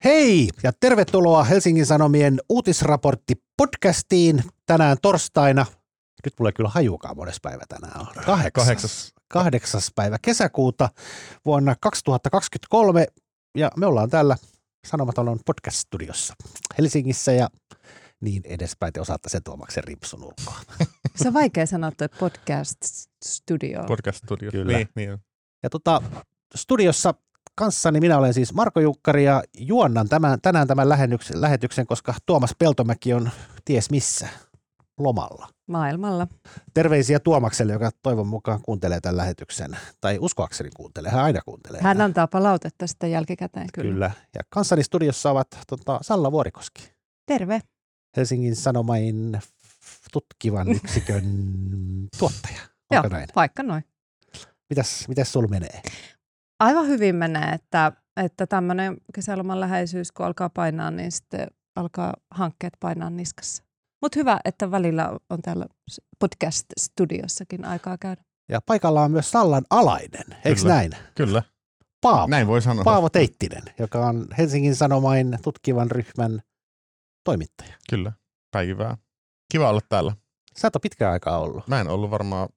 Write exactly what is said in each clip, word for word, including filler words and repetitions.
Hei ja tervetuloa Helsingin Sanomien uutisraportti-podcastiin tänään torstaina. Nyt mulla ei kyllä hajukaan monessa päivä tänään on. Kahdeksas, Kahdeksas. kahdeksas päivä kesäkuuta vuonna kaksituhattakaksikymmentäkolme ja me ollaan täällä Sanomatalon podcast-studiossa Helsingissä ja niin edespäin. Te osaatte sen Tuomaksen rimpsun ulkoa. Se on vaikea sanoa tuo podcast-studio. Podcast-studio. Kyllä. Niin, niin on. Ja tota, studiossa kanssani minä olen siis Marko Jukkari ja juonnan tämän, tänään tämän lähetyksen, lähetyksen, koska Tuomas Peltomäki on ties missä lomalla. Maailmalla. Terveisiä Tuomakselle, joka toivon mukaan kuuntelee tämän lähetyksen. Tai uskoakseni kuuntelee, hän aina kuuntelee. Hän antaa palautetta sitten jälkikäteen kyllä. Kyllä. Ja kanssani studiossa ovat tota, Salla Vuorikoski. Terve. Helsingin Sanomain tutkivan yksikön tuottaja. Onko Joo, näin? vaikka noin. Mitäs, mitäs sulla menee? Aivan hyvin menee, että, että tämmöinen kesäloman läheisyys, kun alkaa painaa, niin sitten alkaa hankkeet painaa niskassa. Mutta hyvä, että välillä on täällä podcast-studiossakin aikaa käydä. Ja paikalla on myös Sallan alainen, eikö Kyllä. näin? Kyllä. Paavo. Näin voi sanoa. Paavo Teittinen, joka on Helsingin Sanomain tutkivan ryhmän toimittaja. Kyllä. Päivää. Kiva olla täällä. Sä et ole pitkään aikaa ollut. Mä en ollut varmaan...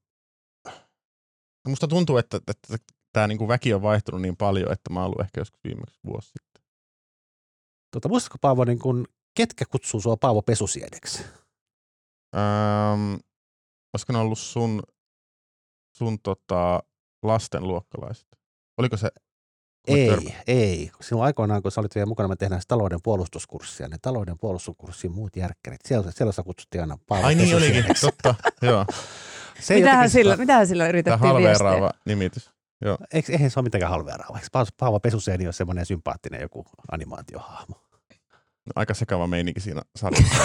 Musta tuntuu, että, että, että tämä niinku väki on vaihtunut niin paljon, että mä oon ollut ehkä joskus viimeksi vuosi sitten. Tota, muistatko Paavo, niin kun, ketkä kutsuu sua Paavo Pesusiedeksi? Ähm, olisiko ne ollut sun, sun tota, lasten luokkalaiset? Oliko se? Ei, Törmä? ei. Silloin aikoinaan, kun sä olit vielä mukana, me tehdään talouden puolustuskurssia. Ne talouden puolustuskurssin muut järkkärit. Siellä, siellä sä kutsuttiin aina Paavo Ai niin olikin, Pesusiedeksi. totta. Joo. Se ei Mitähän jotenkin- sillä, mitähän sillä Tämä yritettiin viestiä? halveeraava nimitys. Joo. Eikö, eihän se ole mitenkään halveeraava. Eikö Paavo- Paavo Pesuseeni ole semmoinen sympaattinen joku animaatiohahmo? Aika sekava meininki siinä sarjassa.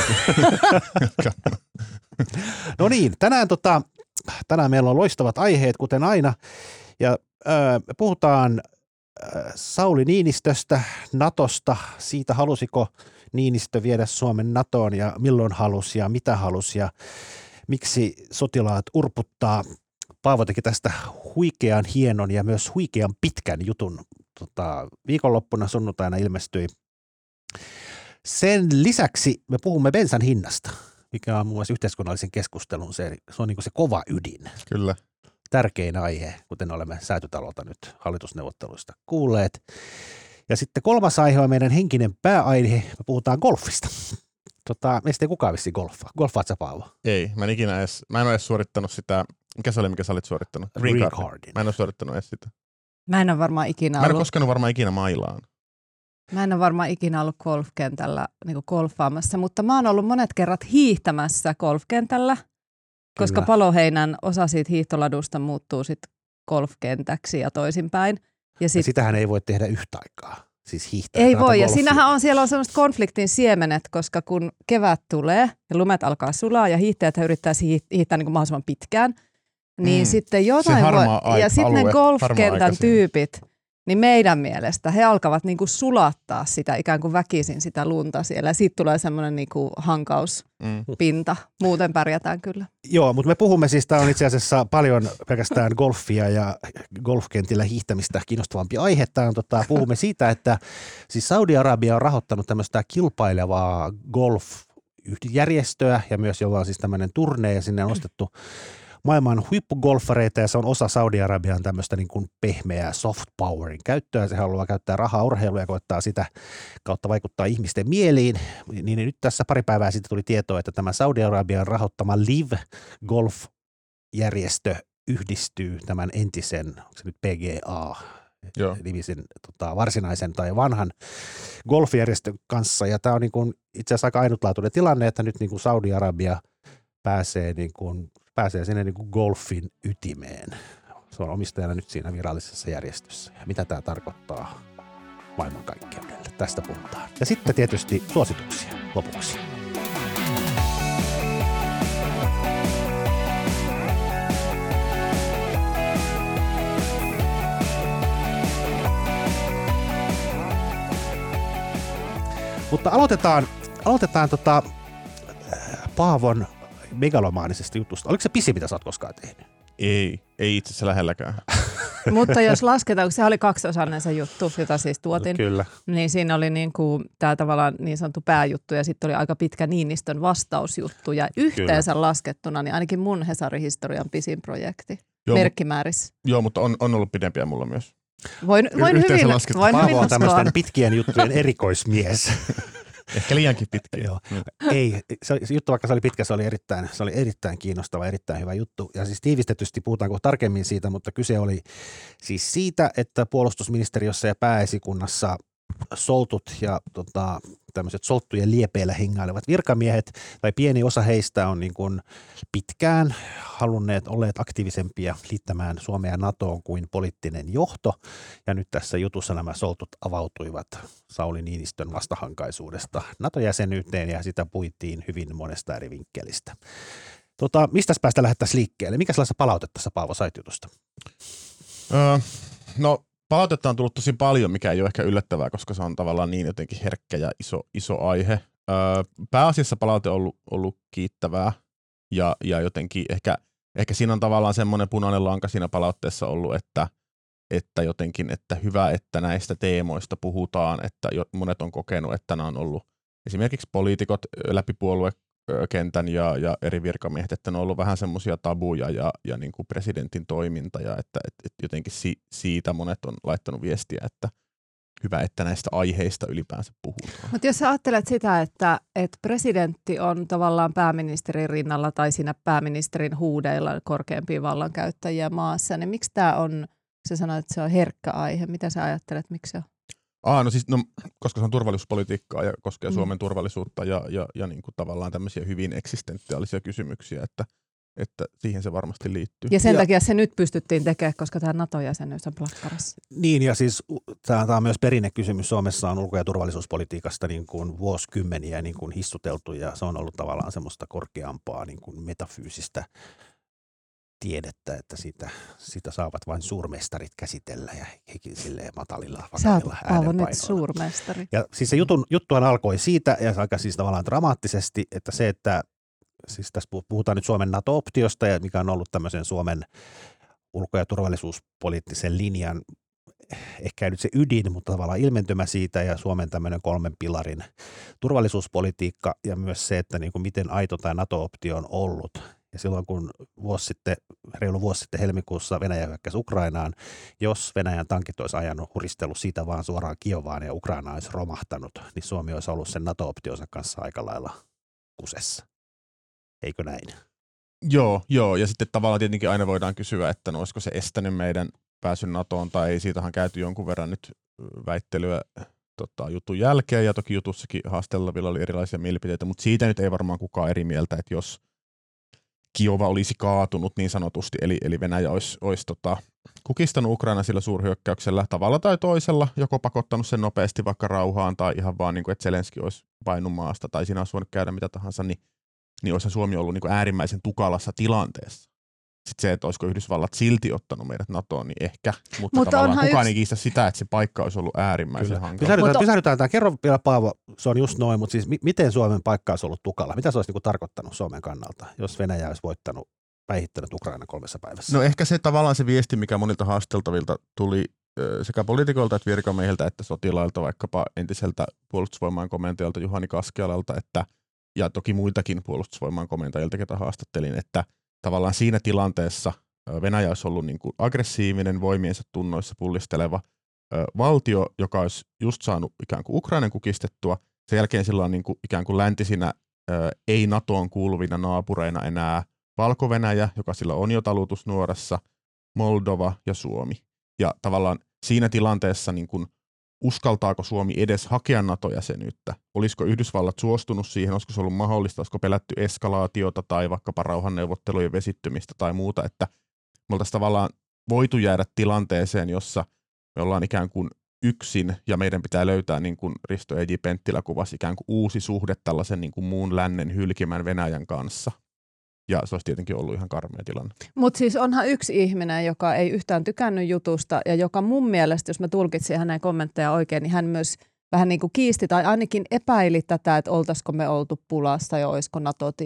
No niin, tänään, tota, tänään meillä on loistavat aiheet, kuten aina. Ja äh, me puhutaan äh, Sauli Niinistöstä, Natosta, siitä halusiko Niinistö viedä Suomen NATOon ja milloin halusi ja mitä halusi ja miksi sotilaat urputtaa. Paavo teki tästä huikean hienon ja myös huikean pitkän jutun. Tota, viikonloppuna sunnuntaina ilmestyi. Sen lisäksi me puhumme bensan hinnasta, mikä on muun muassa yhteiskunnallisen keskustelun se, se on niin kuin se kova ydin. Kyllä. Tärkein aihe, kuten olemme Säätytalolta nyt hallitusneuvotteluista kuulleet. Ja sitten kolmas aihe on meidän henkinen pääaihe. Me puhutaan golfista. Tota, meistä ei kukaan vissi golfaa. Golfaat sä, Paavo? Ei, mä en ikinä edes, mä en ole edes suorittanut sitä, mikä se oli, mikä sä olit suorittanut? Green Card. Cardin. Mä en ole suorittanut edes sitä. Mä en ole varmaan ikinä Mä en ole ollut, koskenut varmaan ikinä mailaan. mä en ole varmaan ikinä ollut golfkentällä niin kuin golfaamassa, mutta mä oon ollut monet kerrat hiihtämässä golfkentällä, koska Kyllä. Paloheinän osa siitä hiihtoladusta muuttuu sitten golfkentäksi ja toisinpäin. Ja Ja sit, sitähän ei voi tehdä yhtä aikaa. Siis hiihtää. ei pelata voi, ja golfia. siinähän on, siellä on sellaiset konfliktin siemenet, koska kun kevät tulee ja lumet alkaa sulaa ja hiihtäjät yrittää hiihtää niin kuin mahdollisimman pitkään, niin Mm. sitten jotain harmaa voi, ai- ja sitten ne alue, golfkentän harmaa-aikaisia. tyypit, niin meidän mielestä he alkavat niin kuin sulattaa sitä ikään kuin väkisin sitä lunta siellä ja siitä tulee semmoinen niin kuin hankauspinta. Mm. Muuten pärjätään kyllä. Joo, mutta me puhumme siis, tämä on itse asiassa paljon pelkästään golfia ja golfkentillä hiihtämistä kiinnostavampi aihe. Tämä on, tota, puhumme siitä, että siis Saudi-Arabia on rahoittanut tämmöistä kilpailevaa golf-järjestöä ja myös jolla on siis tämmöinen turne ja sinne on ostettu maailman huippugolfareita ja se on osa Saudi-Arabian tämmöistä niin kuin pehmeää soft powerin käyttöä. Se haluaa käyttää rahaa urheiluun ja koettaa sitä kautta vaikuttaa ihmisten mieliin. Niin nyt tässä pari päivää sitten tuli tietoa, että tämä Saudi-Arabian rahoittama Live Golf-järjestö yhdistyy tämän entisen, onko se nyt P G A, Joo. nimisen tota, varsinaisen tai vanhan golfjärjestön kanssa. Ja tämä on niin kuin itse asiassa aika ainutlaatuinen tilanne, että nyt niin kuin Saudi-Arabia pääsee, niin kuin, pääsee sinne niin kuin golfin ytimeen. Se on omistajana nyt siinä virallisessa järjestössä. Ja mitä tämä tarkoittaa maailmankaikkeudelle? Tästä puhutaan. Ja sitten tietysti suosituksia lopuksi. Mutta aloitetaan, aloitetaan tota, Paavon megalomaanisesta jutusta. Oliko se pisin, mitä sä oot koskaan tehnyt? Ei, ei itse asiassa lähelläkään. Mutta jos lasketaan, kun se oli kaksiosainen se juttu, jota siis tuotin, Kyllä. niin siinä oli niin kuin tämä tavallaan niin sanottu pääjuttu ja sitten oli aika pitkä Niinistön vastausjuttu ja yhteensä Kyllä. laskettuna, niin ainakin mun Hesari-historian pisin projekti, joo, merkkimäärissä. Joo, mutta on, on ollut pidempiä mulla myös. Voin, voin Yhteensä hyvin, laskettu. voin Paavo hyvin on uskoa. tämmöisten pitkien juttujen erikoismies. Ehkä liiankin pitkiä. Joo. Ei, se, se juttu vaikka se oli pitkä, se oli, erittäin, se oli erittäin kiinnostava, erittäin hyvä juttu. Ja siis tiivistetysti puhutaan kohta tarkemmin siitä, mutta kyse oli siis siitä, että puolustusministeriössä ja pääesikunnassa soltut ja tota, tämmöiset solttujen liepeillä hengailevat virkamiehet, tai pieni osa heistä on niin kuin pitkään halunneet, olleet aktiivisempia liittämään Suomea NATOon kuin poliittinen johto, ja nyt tässä jutussa nämä soltut avautuivat Sauli Niinistön vastahankaisuudesta NATO-jäsenyyteen, ja sitä puitiin hyvin monesta eri vinkkelistä. Tota, mistäs päästä lähdettäisiin liikkeelle? Mikä sellaista palautetta sä, Paavo, sait jutusta? Öö, no, palautetta on tullut tosi paljon, mikä ei ole ehkä yllättävää, koska se on tavallaan niin jotenkin herkkä ja iso, iso aihe. Öö, pääasiassa palaute on ollut, ollut kiittävää ja, ja jotenkin ehkä, ehkä siinä on tavallaan semmoinen punainen lanka siinä palautteessa ollut, että, että jotenkin, että hyvä, että näistä teemoista puhutaan, että monet on kokenut, että nämä on ollut esimerkiksi poliitikot läpi puoluekentän ja, ja eri virkamiehet, että ne on ollut vähän semmoisia tabuja ja, ja niin kuin presidentin toiminta ja että, että, että jotenkin si, siitä monet on laittanut viestiä, että hyvä, että näistä aiheista ylipäänsä puhutaan. Mutta jos sä ajattelet sitä, että, että presidentti on tavallaan pääministerin rinnalla tai siinä pääministerin huudeilla korkeampia vallankäyttäjiä maassa, niin miksi tämä on, sä sanoit, että se on herkkä aihe, mitä sä ajattelet, miksi se on? Ah, no siis, no, koska se on turvallisuuspolitiikkaa ja koskee Mm. Suomen turvallisuutta ja, ja, ja niin kuin tavallaan tämmöisiä hyvin eksistentiaalisia kysymyksiä, että, että siihen se varmasti liittyy. Ja sen Ja- takia se nyt pystyttiin tekemään, koska tämä NATO-jäsenyys on plakkarissa. Niin, ja siis tämä on myös perinnekysymys. Suomessa on ulko- ja turvallisuuspolitiikasta niin kuin vuosikymmeniä niin kuin hissuteltu, ja se on ollut tavallaan semmoista korkeampaa niin kuin metafyysistä tiedettä, että sitä, sitä saavat vain suurmestarit käsitellä ja hekin silleen matalilla, Sä oot vakavilla Paavo nyt äänenpainoilla. suurmestari. Ja siis se jutun, juttuhan alkoi siitä, ja aika siis tavallaan dramaattisesti, että se, että siis tässä puhutaan nyt Suomen NATO-optiosta, ja mikä on ollut tämmöisen Suomen ulko- ja turvallisuuspoliittisen linjan, ehkä ei nyt se ydin, mutta tavallaan ilmentymä siitä, ja Suomen tämmöinen kolmen pilarin turvallisuuspolitiikka, ja myös se, että niin kuin miten aito tämä NATO-optio on ollut. Ja silloin kun vuosi sitten, reilu vuosi sitten helmikuussa Venäjä hyökkäsi Ukrainaan, jos Venäjän tankit olisi ajanut huristellut siitä vaan suoraan Kiovaan ja Ukraina olisi romahtanut, niin Suomi olisi ollut sen NATO-optionsa kanssa aika lailla kusessa. Eikö näin? Joo, joo, ja sitten tavallaan tietenkin aina voidaan kysyä, että no olisiko se estänyt meidän pääsyn NATOon, tai ei, siitähän on käyty jonkun verran nyt väittelyä tota, jutun jälkeen, ja toki jutussakin haastellavilla oli erilaisia mielipiteitä, mutta siitä nyt ei varmaan kukaan eri mieltä, että jos Kiova olisi kaatunut niin sanotusti, eli, eli Venäjä olisi, olisi tota, kukistanut Ukraina sillä suurhyökkäyksellä tavalla tai toisella, joko pakottanut sen nopeasti vaikka rauhaan, tai ihan vaan, niin kuin, että Zelenski olisi painut maasta, tai siinä olisi voinut käydä mitä tahansa, niin, niin olisi Suomi ollut niin kuin äärimmäisen tukalassa tilanteessa. Sitten se, että olisiko Yhdysvallat silti ottanut meidät NATOon, niin ehkä, mutta, Mutta tavallaan onhan kukaan yksi- ei kiistä sitä, että se paikka olisi ollut äärimmäisen Kyllä. hankala. Pysähdytään, Mutta- pysähdytään tämän. Kerro vielä, Paavo, se on just noin, mutta siis mi- miten Suomen paikka olisi ollut tukala? Mitä se olisi niin kuin tarkoittanut Suomen kannalta, jos Venäjä olisi voittanut, päihittänyt Ukraina kolmessa päivässä? No ehkä se tavallaan se viesti, mikä monilta haasteltavilta tuli ö, sekä poliitikoilta että virkamiehiltä että sotilailta, vaikkapa entiseltä puolustusvoimain komentajalta Juhani Kaskialalta, että, ja toki muiltakin puolustusvoimain komentajilta, ketä haastattelin, että tavallaan siinä tilanteessa ö, Venäjä olisi ollut niin kuin aggressiivinen, voimiensa tunnoissa pullisteleva ö, valtio, joka olisi just saanut ikään kuin Ukrainan kukistettua. Sen jälkeen sillä on niin kuin ikään kuin läntisinä ö, ei NATOon kuuluvina naapureina enää Valko-Venäjä, joka sillä on jo talutusnuorassa, Moldova ja Suomi. Ja tavallaan siinä tilanteessa niin kun, uskaltaako Suomi edes hakea NATO-jäsenyyttä? Olisiko Yhdysvallat suostunut siihen? Olisiko se ollut mahdollista? Olisiko pelätty eskalaatiota tai vaikkapa rauhanneuvottelujen vesittymistä tai muuta? Että me oltaisiin tavallaan voitu jäädä tilanteeseen, jossa me ollaan ikään kuin yksin ja meidän pitää löytää, niin kuin Risto E J. Penttilä kuvasi, ikään kuin uusi suhde tällaisen niin kuin muun lännen hylkimän Venäjän kanssa. Ja se olisi tietenkin ollut ihan karmea tilanne. Mutta siis onhan yksi ihminen, joka ei yhtään tykännyt jutusta ja joka mun mielestä, jos mä tulkitsin hänen kommentteja oikein, niin hän myös vähän niin kuin kiisti tai ainakin epäili tätä, että oltaisiko me oltu pulassa ja olisiko NATO-tie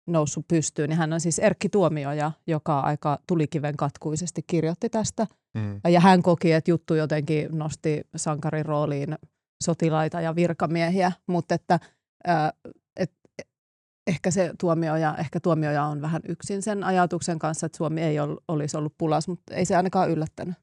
noussut pystyyn. Niin hän on siis Erkki Tuomioja, joka aika tulikiven katkuisesti kirjoitti tästä. Mm. Ja hän koki, että juttu jotenkin nosti sankarin rooliin sotilaita ja virkamiehiä, mutta että ää, et, ehkä se Tuomioja, ehkä Tuomioja on vähän yksin sen ajatuksen kanssa, että Suomi ei ol, olisi ollut pulas, mutta ei se ainakaan yllättänyt.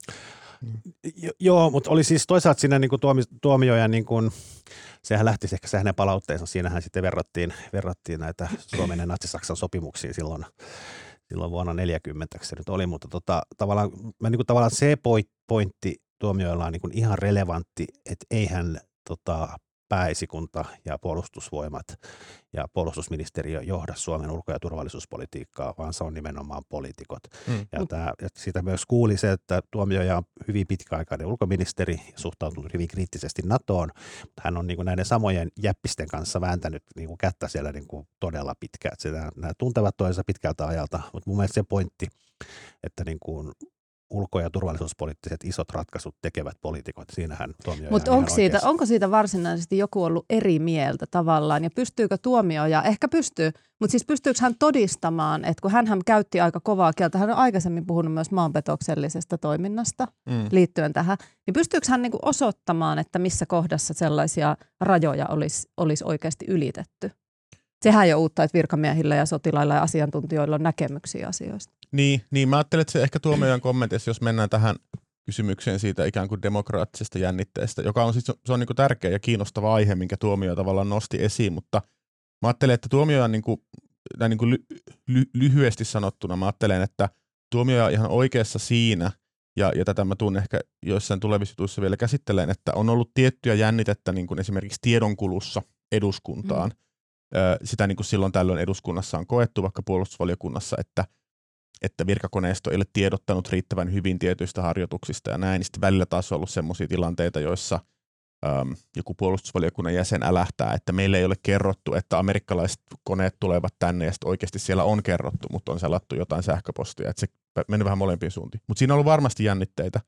Jo, joo, mutta oli siis toisaalta siinä niin kuin tuomi, Tuomioja, niin kuin, sehän lähti ehkä se hänen palautteensa, siinähän sitten verrattiin, verrattiin näitä Suomen ja Natsi-Saksan sopimuksia silloin, silloin vuonna neljäkymmentä se nyt oli, mutta tota, tavallaan, mä, niin kuin, tavallaan se pointti Tuomioilla on niin kuin ihan relevantti, että eihän tota, pääesikunta ja puolustusvoimat ja puolustusministeriö johda Suomen ulko- ja turvallisuuspolitiikkaa, vaan se on nimenomaan poliitikot. Mm. Ja, tää, ja siitä myös kuuli se, että Tuomioja on hyvin pitkäaikainen ulkoministeri ja suhtautunut hyvin kriittisesti NATOon, mutta hän on niin kuin näiden samojen jäppisten kanssa vääntänyt niin kuin kättä siellä niin kuin todella pitkään. Nämä, nämä tuntevat toisensa pitkältä ajalta, mutta mun mielestä se pointti, että niin kuin ulko- ja turvallisuuspoliittiset isot ratkaisut tekevät poliitikot. Siinähän Tuomioja Mutta onko siitä, onko siitä varsinaisesti joku ollut eri mieltä tavallaan ja pystyykö Tuomioja, ehkä pystyy, mutta siis pystyykö hän todistamaan, että kun hänhän käytti aika kovaa kieltä, hän on aikaisemmin puhunut myös maanpetoksellisesta toiminnasta mm. liittyen tähän, niin pystyykö hän niinku osoittamaan, että missä kohdassa sellaisia rajoja olisi, olisi oikeasti ylitetty? Sehän ei ole uutta, että virkamiehillä ja sotilailla ja asiantuntijoilla on näkemyksiä asioista. Niin, niin mä ajattelen, että se ehkä Tuomiojan kommentissa, jos mennään tähän kysymykseen siitä ikään kuin demokraattisesta jännitteestä, joka on siis se on niin kuin tärkeä ja kiinnostava aihe, minkä Tuomioja tavallaan nosti esiin, mutta mä ajattelen, että Tuomioja niin kuin, näin niin kuin ly, ly, lyhyesti sanottuna, mä ajattelen, että Tuomioja on ihan oikeassa siinä, ja, ja tätä mä tuun ehkä joissain tulevissa jutuissa vielä käsittelen, että on ollut tiettyä jännitettä niin kuin esimerkiksi tiedonkulussa eduskuntaan. Mm. Sitä niin kuin silloin tällöin eduskunnassa on koettu, vaikka puolustusvaliokunnassa, että, että virkakoneisto ei ole tiedottanut riittävän hyvin tietyistä harjoituksista ja näin. Sitten välillä taas on ollut sellaisia tilanteita, joissa äm, joku puolustusvaliokunnan jäsen älähtää, että meille ei ole kerrottu, että amerikkalaiset koneet tulevat tänne ja sitten oikeasti siellä on kerrottu, mutta on salattu jotain sähköpostia. Että se menee vähän molempiin suuntiin. Mutta siinä on ollut varmasti jännitteitä.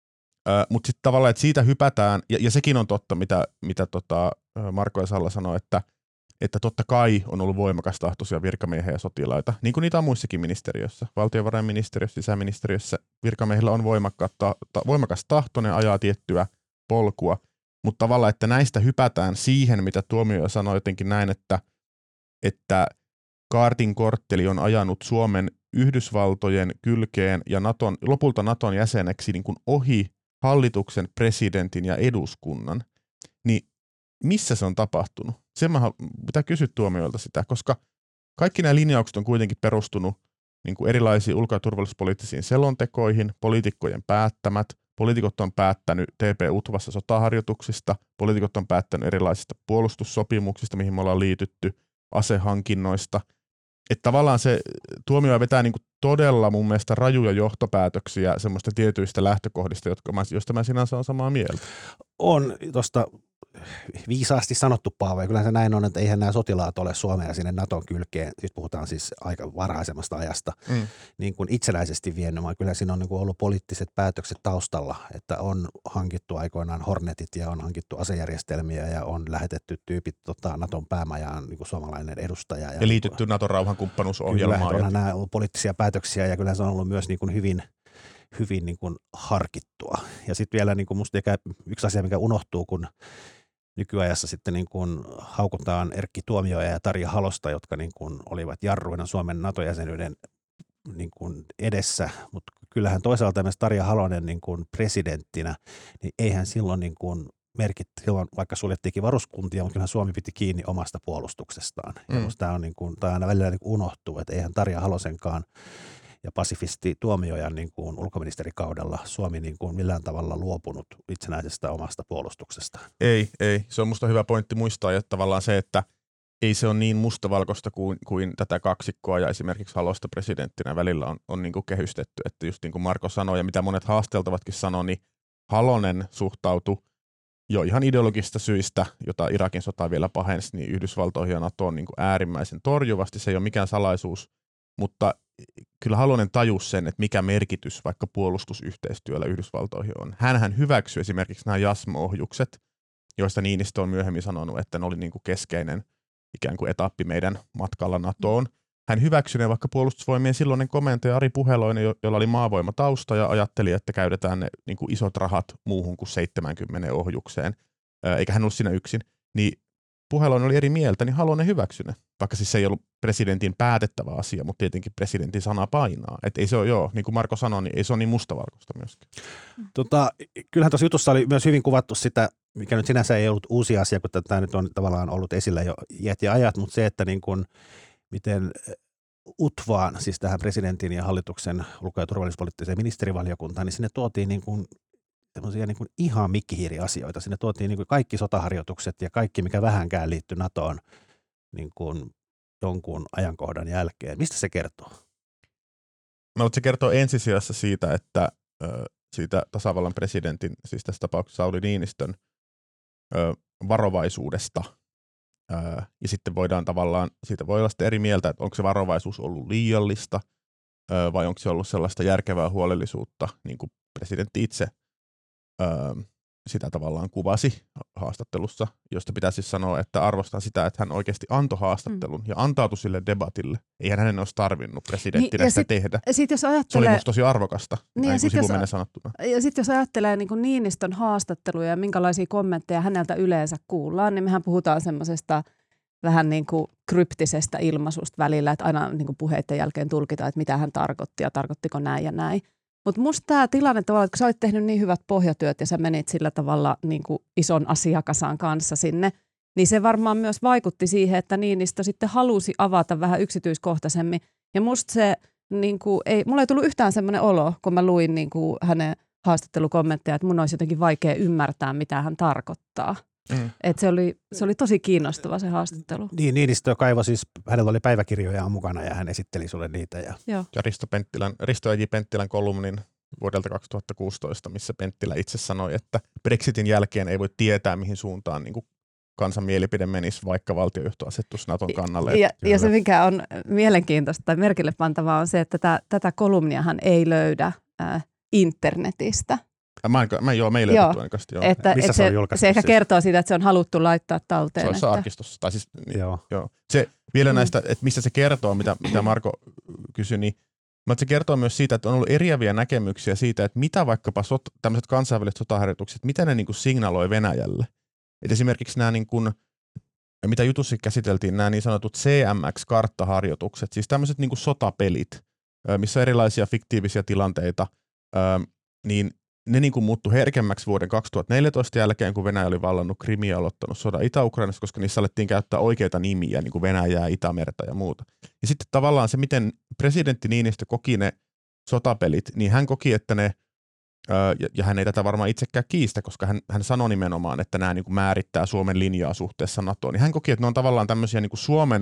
Äh, mutta sitten tavallaan, että siitä hypätään, ja, ja sekin on totta, mitä, mitä tota Marko ja Salla sanoi, että että totta kai on ollut voimakas tahtoisia virkamiehiä ja sotilaita, niin kuin niitä on muissakin ministeriössä. Valtiovarainministeriössä, sisäministeriössä virkamiehillä on voimakka, ta, ta, voimakas tahto, ne ajaa tiettyä polkua, mutta tavallaan, että näistä hypätään siihen, mitä Tuomioja sanoi jotenkin näin, että, että Kaartin kortteli on ajanut Suomen Yhdysvaltojen kylkeen ja Naton, lopulta Naton jäseneksi niin kuin ohi hallituksen, presidentin ja eduskunnan, niin missä se on tapahtunut? Sen mä pitää kysyä Tuomioilta sitä, koska kaikki nämä linjaukset on kuitenkin perustunut niin kuin erilaisiin ulko- ja turvallisuuspoliittisiin selontekoihin, poliitikkojen päättämät, poliitikot on päättänyt T P-UTVassa sotaharjoituksista, poliitikot on päättänyt erilaisista puolustussopimuksista, mihin me ollaan liitytty, asehankinnoista. Että tavallaan se Tuomioja vetää niin kuin todella mun mielestä rajuja johtopäätöksiä semmoista tietyistä lähtökohdista, jotka mä, josta mä sinänsä on samaa mieltä. On tuosta viisaasti sanottu, Paavo, ja kyllä se näin on, että eihän nämä sotilaat ole Suomea sinne Naton kylkeen, siis puhutaan siis aika varhaisemmasta ajasta, mm. niin kuin itsenäisesti vienyt, vaan kyllä siinä on niin kuin ollut poliittiset päätökset taustalla, että on hankittu aikoinaan Hornetit ja on hankittu asejärjestelmiä ja on lähetetty tyypit tota, Naton päämajaan niin kuin suomalainen edustaja. Ja, ja liitytty niin Naton rauhankumppanuusohjelmaan. Kyllä, on nämä ollut poliittisia päätöksiä ja kyllä se on ollut myös niin kuin hyvin hyvin niin kuin harkittua. Ja sitten vielä niin kuin musta yksi asia, mikä unohtuu, kun nykyajassa sitten niin kuin haukutaan Erkki Tuomioja ja Tarja Halosta, jotka niin kuin olivat jarruina Suomen NATO-jäsenyyden niin kuin edessä, mutta kyllähän toisaalta myös Tarja Halonen niin kuin presidenttinä, niin eihän silloin niin kuin merkit, silloin vaikka suljettiinkin varuskuntia, mutta kyllähän Suomi piti kiinni omasta puolustuksestaan. Mm. Ja musta tämä on niin kuin, tämä aina välillä niin kuin unohtuu, että eihän Tarja Halosenkaan ja pasifisti Tuomiojan niin kuin ulkoministerikaudella Suomi niin kuin millään tavalla luopunut itsenäisestä omasta puolustuksesta. Ei, ei. Se on musta hyvä pointti muistaa, että tavallaan se, että ei se ole niin mustavalkoista kuin, kuin tätä kaksikkoa ja esimerkiksi Halosta presidenttinä välillä on, on niin kuin kehystetty. Että just niin kuin Marko sanoi ja mitä monet haasteltavatkin sanoi, niin Halonen suhtautui jo ihan ideologista syistä, jota Irakin sota vielä pahensi, niin Yhdysvaltoihin ja NATOon niin kuin äärimmäisen torjuvasti. Se ei ole mikään salaisuus, mutta kyllä Halonen tajusi sen, että mikä merkitys vaikka puolustusyhteistyöllä Yhdysvaltoihin on. Hänhän hyväksyi esimerkiksi nämä JASM-ohjukset, joista Niinistö on myöhemmin sanonut, että ne oli niin kuin keskeinen ikään kuin etappi meidän matkalla NATOon. hän hyväksynee vaikka puolustusvoimien silloinen komentaja Ari Puheloinen, jo- jolla oli maavoimatausta ja ajatteli, että käytetään ne niin kuin isot rahat muuhun kuin seitsemänkymmentä ohjukseen, eikä hän ollut siinä yksin, niin Puheloinen oli eri mieltä, niin Halonen hyväksyi ne. Vaikka siis se ei ollut presidentin päätettävä asia, mutta tietenkin presidentin sana painaa. Että ei se ole, joo, niin kuin Marko sanoi, niin ei se ole niin mustavalkoista myöskään. Tota, kyllähän tuossa jutussa oli myös hyvin kuvattu sitä, mikä nyt sinänsä ei ollut uusi asia, kun tämä nyt on tavallaan ollut esillä jo iät ja ajat, mutta se, että niin kuin, miten U T V Aan, siis tähän presidentin ja hallituksen ulko- ja turvallisuuspoliittiseen ministerivaliokuntaan, niin sinne tuotiin niin kuin semmoisia niin kuin ihan mikkihiiriasioita. Sinne tuotiin niin kuin kaikki sotaharjoitukset ja kaikki, mikä vähänkään liittyy NATOon niin kuin jonkun ajankohdan jälkeen. Mistä se kertoo? No, se kertoo ensisijassa siitä, että ö, siitä tasavallan presidentin, siis tässä tapauksessa Sauli Niinistön ö, varovaisuudesta. Ö, ja sitten voidaan tavallaan, siitä voi olla sitten eri mieltä, että onko se varovaisuus ollut liiallista ö, vai onko se ollut sellaista järkevää huolellisuutta, niin kuin presidentti itse ö, sitä tavallaan kuvasi haastattelussa, josta pitäisi siis sanoa, että arvostan sitä, että hän oikeasti antoi haastattelun mm. ja antautui sille debatille. Eihän hänen olisi tarvinnut presidenttinä niin, sitä sit, tehdä. Sit jos ajattelee, se oli musta tosi arvokasta, niin, näin kuin sivumennen jos, sanottuna. Ja sitten jos ajattelee niin kuin Niinistön haastatteluja ja minkälaisia kommentteja häneltä yleensä kuullaan, niin mehän puhutaan semmoisesta vähän niin kuin kryptisestä ilmaisusta välillä, että aina niin kuin puheiden jälkeen tulkitaan, että mitä hän tarkoitti ja tarkoittiko näin ja näin. Mutta musta tämä tilanne tavallaan, että kun sä olit tehnyt niin hyvät pohjatyöt ja sä menit sillä tavalla niin kuin ison asiakasan kanssa sinne, niin se varmaan myös vaikutti siihen, että Niinistö sitten halusi avata vähän yksityiskohtaisemmin. Ja musta se, niin kuin, ei, mulla ei tullut yhtään semmoinen olo, kun mä luin niin kuin hänen haastattelukommentteja, että mun olisi jotenkin vaikea ymmärtää, mitä hän tarkoittaa. Mm. Et se, oli, se oli tosi kiinnostava se haastattelu. Niin, Niinistö kaivoi siis, hänellä oli päiväkirjoja mukana ja hän esitteli sulle niitä. Ja, ja Risto, Penttilän, Risto J. Penttilän kolumnin vuodelta kaksituhattakuusitoista, missä Penttilä itse sanoi, että Brexitin jälkeen ei voi tietää, mihin suuntaan niin kuin kansan mielipide menisi, vaikka valtiojohto asettuisi Naton kannalle. Ja, ja se, mikä on mielenkiintoista tai merkille pantavaa, on se, että tätä, tätä kolumniahan ei löydä äh, internetistä. Mä en, mä, joo, me ei löydetty ainakaan. Että, Missä et se on se, julkaistu? se ehkä siis? kertoo siitä, että se on haluttu laittaa talteen. Se olisi että arkistossa. Tai siis, niin, joo. Joo. Se, vielä näistä, että mistä se kertoo, mitä, mitä Marko kysyi, niin se kertoo myös siitä, että on ollut eriäviä näkemyksiä siitä, että mitä vaikkapa sot, tämmöiset kansainväliset sotaharjoitukset, mitä ne niin kuin signaloi Venäjälle. Et esimerkiksi nämä, niin kuin, mitä jutussa käsiteltiin, nämä niin sanotut C M X-karttaharjoitukset, siis tämmöiset niin kuin sotapelit, missä on erilaisia fiktiivisiä tilanteita, niin ne niin kuin muuttui herkemmäksi vuoden kaksituhattaneljätoista jälkeen, kun Venäjä oli vallannut Krimiä ja aloittanut sodan Itä-Ukrainassa, koska niissä alettiin käyttää oikeita nimiä, niin kuin Venäjää, Itämerta ja muuta. Ja sitten tavallaan se, miten presidentti Niinistö koki ne sotapelit, niin hän koki, että ne, ja, ja hän ei tätä varmaan itsekään kiistä, koska hän, hän sanoi nimenomaan, että nämä niin kuin määrittää Suomen linjaa suhteessa NATOon, niin hän koki, että ne on tavallaan tämmöisiä niin kuin Suomen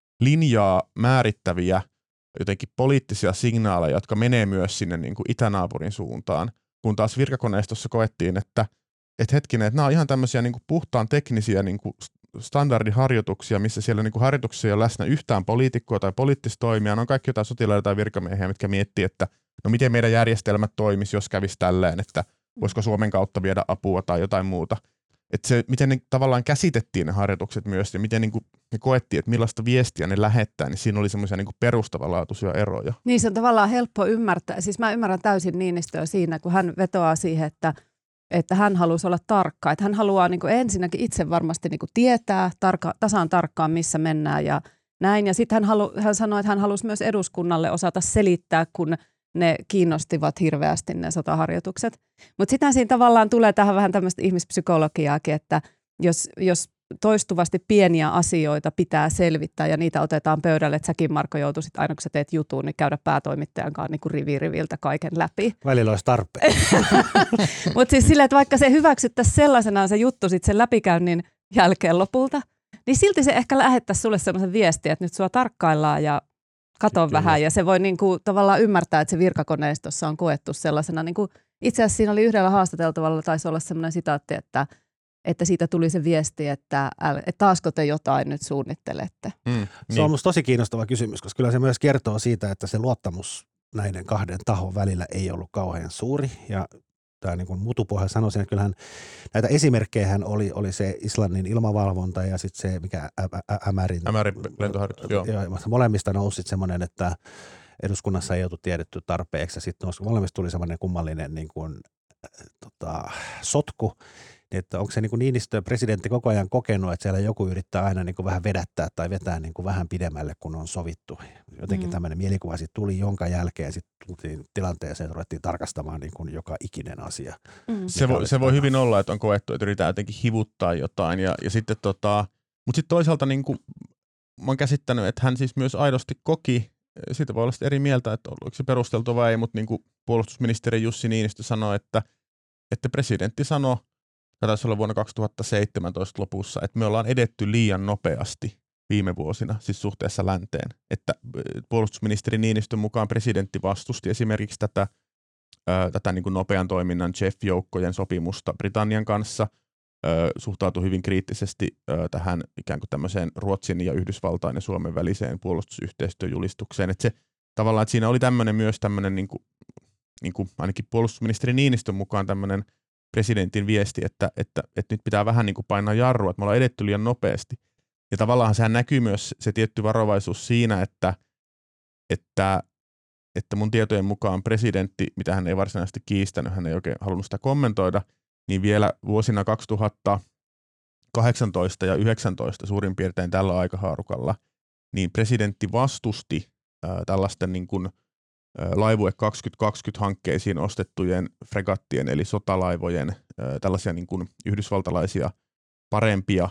linjaa määrittäviä jotenkin poliittisia signaaleja, jotka menee myös sinne niin kuin itänaapurin suuntaan. Kun taas virkakoneistossa koettiin, että et hetkinen, että nämä on ihan tämmöisiä niin kuin puhtaan teknisiä niin kuin standardiharjoituksia, missä siellä niin kuin harjoituksissa ei ole läsnä yhtään poliitikkoa tai poliittista toimijaa. Ne on kaikki jotain sotilaita tai virkamiehiä, mitkä miettii, että no miten meidän järjestelmät toimisi, jos kävisi tälleen, että voisiko Suomen kautta viedä apua tai jotain muuta. Että se, miten ne tavallaan käsitettiin ne harjoitukset myös ja miten niin kuin ne koettiin, että millaista viestiä ne lähettää, niin siinä oli semmoisia niin kuin perustavanlaatuisia eroja. Niin se on tavallaan helppo ymmärtää. Siis mä ymmärrän täysin Niinistöä siinä, kun hän vetoaa siihen, että, että hän haluaisi olla tarkka. Että hän haluaa niin kuin ensinnäkin itse varmasti niin kuin tietää tarka, tasan tarkkaan, missä mennään ja näin. Ja sitten hän, halu, hän sanoi, että hän halusi myös eduskunnalle osata selittää, kun ne kiinnostivat hirveästi ne sotaharjoitukset. Mutta sitten siinä tavallaan tulee tähän vähän tämmöistä ihmispsykologiaakin, että jos, jos toistuvasti pieniä asioita pitää selvittää ja niitä otetaan pöydälle, että säkin Marko joutuisit aina kun sä teet jutun, niin käydä päätoimittajan kanssa niin kuin rivi riviltä kaiken läpi. Välillä olisi tarpeen. Mutta siis silleen, että vaikka se hyväksyttäisiin sellaisenaan se juttu sitten sen läpikäynnin jälkeen lopulta, niin silti se ehkä lähettäisi sulle sellaisen viestin, että nyt sua tarkkaillaan ja kato Kyllä. vähän. Ja se voi niinku tavallaan ymmärtää, että se virkakoneistossa on koettu sellaisena. Niinku, itse asiassa siinä oli yhdellä haastateltavalla, taisi olla sellainen sitaatti, että, että siitä tuli se viesti, että, että taasko te jotain nyt suunnittelette. Mm, niin. niin. Se on musta tosi kiinnostava kysymys, koska kyllä se myös kertoo siitä, että se luottamus näiden kahden tahon välillä ei ollut kauhean suuri. Ja tämä niin kuin mutupohja sanoisin, että kyllähän näitä esimerkkejä oli, oli se Islannin ilmavalvonta ja sitten se, mikä Ämärin. Ämärin lentoharjoitus, joo. Molemmista nousi sitten semmoinen, että eduskunnassa ei oltu tiedetty tarpeeksi ja sitten molemmista tuli semmoinen kummallinen niin kuin, tota, sotku. Että onko se niin kuin Niinistö presidentti koko ajan kokenut, että siellä joku yrittää aina niin kuin vähän vedättää tai vetää niin kuin vähän pidemmälle, kun on sovittu. Jotenkin mm. tämmöinen mielikuva sitten tuli, jonka jälkeen sitten tultiin tilanteeseen, että ruvettiin tarkastamaan niin kuin joka ikinen asia. Mm. Se, voi, se voi hyvin olla, että on koettu, että yritetään jotenkin hivuttaa jotain. Ja, ja sitten tota, mutta sitten toisaalta niin kuin, mä oon käsittänyt, että hän siis myös aidosti koki, siitä voi olla eri mieltä, että oliko se perusteltu vai ei, mutta niin kuin puolustusministeri Jussi Niinistö sanoi, että, että presidentti sanoi, taisi olla vuonna kaksituhattaseitsemäntoista lopussa, että me ollaan edetty liian nopeasti viime vuosina, siis suhteessa länteen. Että puolustusministeri Niinistön mukaan presidentti vastusti esimerkiksi tätä, ää, tätä niin kuin nopean toiminnan J E F-joukkojen sopimusta Britannian kanssa, ää, suhtautui hyvin kriittisesti ää, tähän ikään kuin tämmöiseen Ruotsin ja Yhdysvaltain ja Suomen väliseen puolustusyhteistyöjulistukseen. Että se tavallaan, että siinä oli tämmöinen myös tämmöinen, niin kuin, niin kuin ainakin puolustusministeri Niinistön mukaan tämmöinen presidentin viesti, että, että, että nyt pitää vähän niin kuin painaa jarrua, että me ollaan edetty liian nopeasti. Ja tavallaan sehän näkyy myös se tietty varovaisuus siinä, että, että, että mun tietojen mukaan presidentti, mitä hän ei varsinaisesti kiistänyt, hän ei oikein halunnut sitä kommentoida, niin vielä vuosina kaksituhattakahdeksantoista ja yhdeksäntoista suurin piirtein tällä aikahaarukalla, niin presidentti vastusti ää, tällaisten niin kuin Laivue kaksituhattakaksikymmentä-hankkeisiin ostettujen fregattien eli sotalaivojen tällaisia niin kuin yhdysvaltalaisia parempia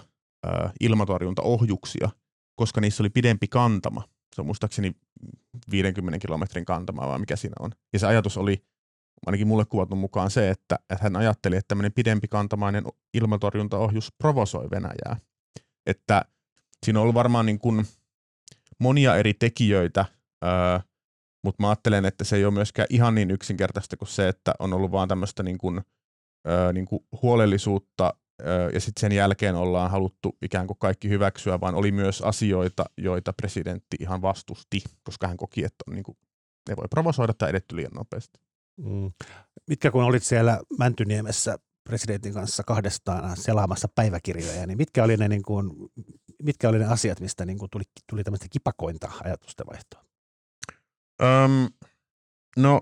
ilmatorjuntaohjuksia, koska niissä oli pidempi kantama. Se on muistaakseni viidenkymmenen kilometrin kantama, vai mikä siinä on. Ja se ajatus oli ainakin mulle kuvatun mukaan se, että, että hän ajatteli, että tämmöinen pidempi kantamainen ilmatorjuntaohjus provosoi Venäjää. Että siinä on ollut varmaan niin kuin monia eri tekijöitä, ää, mutta mä ajattelen, että se ei ole myöskään ihan niin yksinkertaista kuin se, että on ollut vaan tämmöistä niin kuin, ö, niin kuin huolellisuutta ö, ja sitten sen jälkeen ollaan haluttu ikään kuin kaikki hyväksyä, vaan oli myös asioita, joita presidentti ihan vastusti, koska hän koki, että on, niin kuin, ne voi provosoida tai edetty liian nopeasti. Mm. Mitkä kun olit siellä Mäntyniemessä presidentin kanssa kahdestaan selaamassa päiväkirjoja, niin mitkä oli ne, niin kuin, mitkä oli ne asiat, mistä niin kuin tuli, tuli tämmöistä kipakointa ajatusten vaihtoa? Öm, no,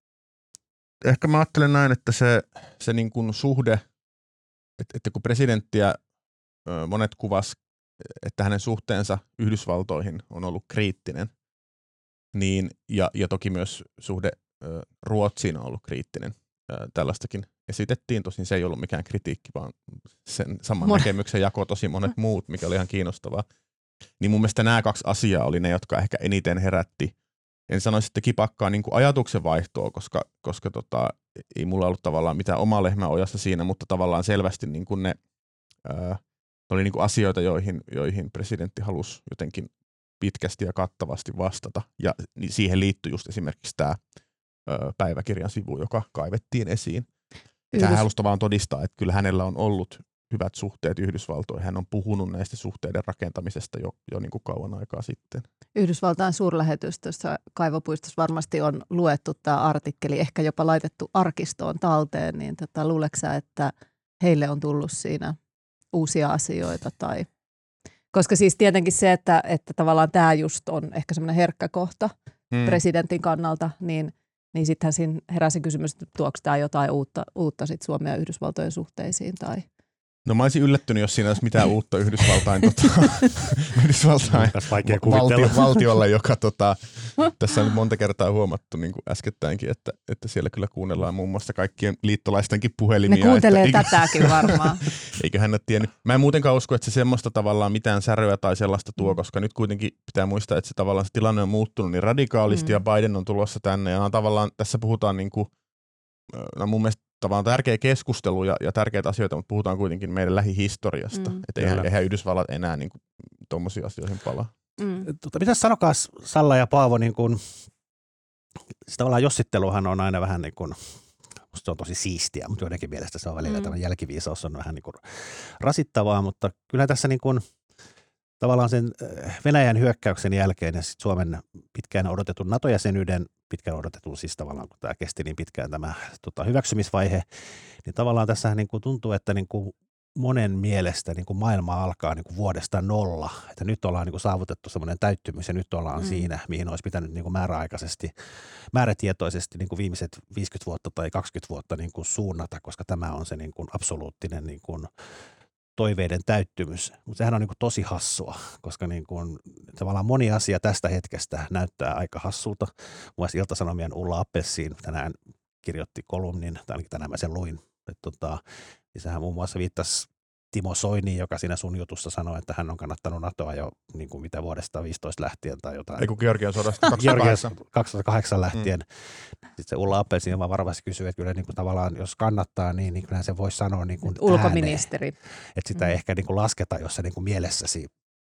ehkä mä ajattelen näin, että se, se niin kuin suhde, että, että kun presidenttiä ö, monet kuvas, että hänen suhteensa Yhdysvaltoihin on ollut kriittinen, niin, ja, ja toki myös suhde ö, Ruotsiin on ollut kriittinen. Ö, tällaistakin esitettiin, tosin se ei ollut mikään kritiikki, vaan sen saman Mon- näkemyksen jako tosi monet muut, mikä oli ihan kiinnostavaa. Niin mun mielestä nämä kaksi asiaa oli ne, jotka ehkä eniten herätti. En sanoisi sitten kipakkaa niin kuin ajatuksen vaihtoa, koska, koska tota, ei mulla ollut tavallaan mitään omaa lehmää ojassa siinä, mutta tavallaan selvästi niin kuin ne ää, oli niin kuin asioita, joihin, joihin presidentti halusi jotenkin pitkästi ja kattavasti vastata. Ja niin siihen liittyi just esimerkiksi tämä ää, päiväkirjan sivu, joka kaivettiin esiin. Yhdys... Hän halusi vaan todistaa, että kyllä hänellä on ollut hyvät suhteet Yhdysvaltoihin. Hän on puhunut näistä suhteiden rakentamisesta jo, jo niin kuin kauan aikaa sitten. Yhdysvaltain suurlähetystössä Kaivopuistossa varmasti on luettu tämä artikkeli, ehkä jopa laitettu arkistoon talteen, niin tota, luuleeko sä, että heille on tullut siinä uusia asioita? Tai... Koska siis tietenkin se, että, että tavallaan tämä just on ehkä semmoinen herkkä kohta hmm. presidentin kannalta, niin, niin sittenhän siinä heräsi kysymys, että tuoko tämä jotain uutta, uutta sit Suomen ja Yhdysvaltojen suhteisiin tai... No mä olisin yllättynyt, jos siinä olisi mitään uutta Yhdysvaltain, tota, Yhdysvaltain valtio, valtiolle, joka tota, tässä on nyt monta kertaa huomattu niin kuin äskettäinkin, että, että siellä kyllä kuunnellaan muun muassa kaikkien liittolaistenkin puhelimia. Ne kuuntelee että, tätäkin varmaan. Eikö hän ole tiennyt. Mä en muutenkaan usko, että se semmoista tavallaan mitään säröä tai sellaista tuo, koska nyt kuitenkin pitää muistaa, että se tavallaan se tilanne on muuttunut niin radikaalisti mm. ja Biden on tulossa tänne ja tavallaan tässä puhutaan niin kuin, no mun mielestä tavallaan tärkeä keskustelu ja, ja tärkeitä asioita, mutta puhutaan kuitenkin meidän lähihistoriasta. Mm. Että eihän, eihän Yhdysvallat enää niin kuin tuommoisiin asioihin palaa. Mm. Tota, mitäs sanokaa Salla ja Paavo, niin kuin, siis tavallaan jossitteluhan on aina vähän niin kuin, musta se on tosi siistiä, mutta joidenkin mielestä se on välillä mm. tämä jälkiviisaus on vähän niin kuin rasittavaa, mutta kyllä tässä niin kuin, tavallaan sen Venäjän hyökkäyksen jälkeen ja sit Suomen pitkään odotetun NATO-jäsenyyden, pitkään odotetun siis tavallaan, kun tämä kesti niin pitkään tämä tota, hyväksymisvaihe, niin tavallaan tässä niin kuin tuntuu, että niin kuin monen mielestä niin kuin maailma alkaa niin kuin vuodesta nolla, että nyt ollaan niin kuin saavutettu semmoinen täyttymys ja nyt ollaan mm. siinä, mihin olisi pitänyt niin kuin määräaikaisesti, määrätietoisesti niin kuin viimeiset viisikymmentä vuotta tai kaksikymmentä vuotta niin kuin suunnata, koska tämä on se niin kuin absoluuttinen niin kuin toiveiden täyttymys. Mutta sehän on niin kuin tosi hassua, koska niin kuin, tavallaan moni asia tästä hetkestä näyttää aika hassulta. Muun Ilta-Sanomien Ulla Appelsiin tänään kirjoitti kolumnin, tai ainakin tänään mä sen luin, että tota, niin sehän muun muassa viittasi Timo Soiniin, joka siinä sun jutussa sanoi, että hän on kannattanut NATOa jo niin kuin mitä vuodesta viisitoista lähtien tai jotain. Ei kun Georgian sodasta kaksituhattakahdeksan. kaksituhattakahdeksan lähtien. Mm. Sitten se Ulla Appelsiin vaan varovasti kysyy, että kyllä niin kuin tavallaan jos kannattaa, niin, niin kyllähän se voisi sanoa niin kuin ulkoministeri. Ääneen, että sitä mm. ei ehkä niin kuin lasketa, jos se niin kuin mielessäsi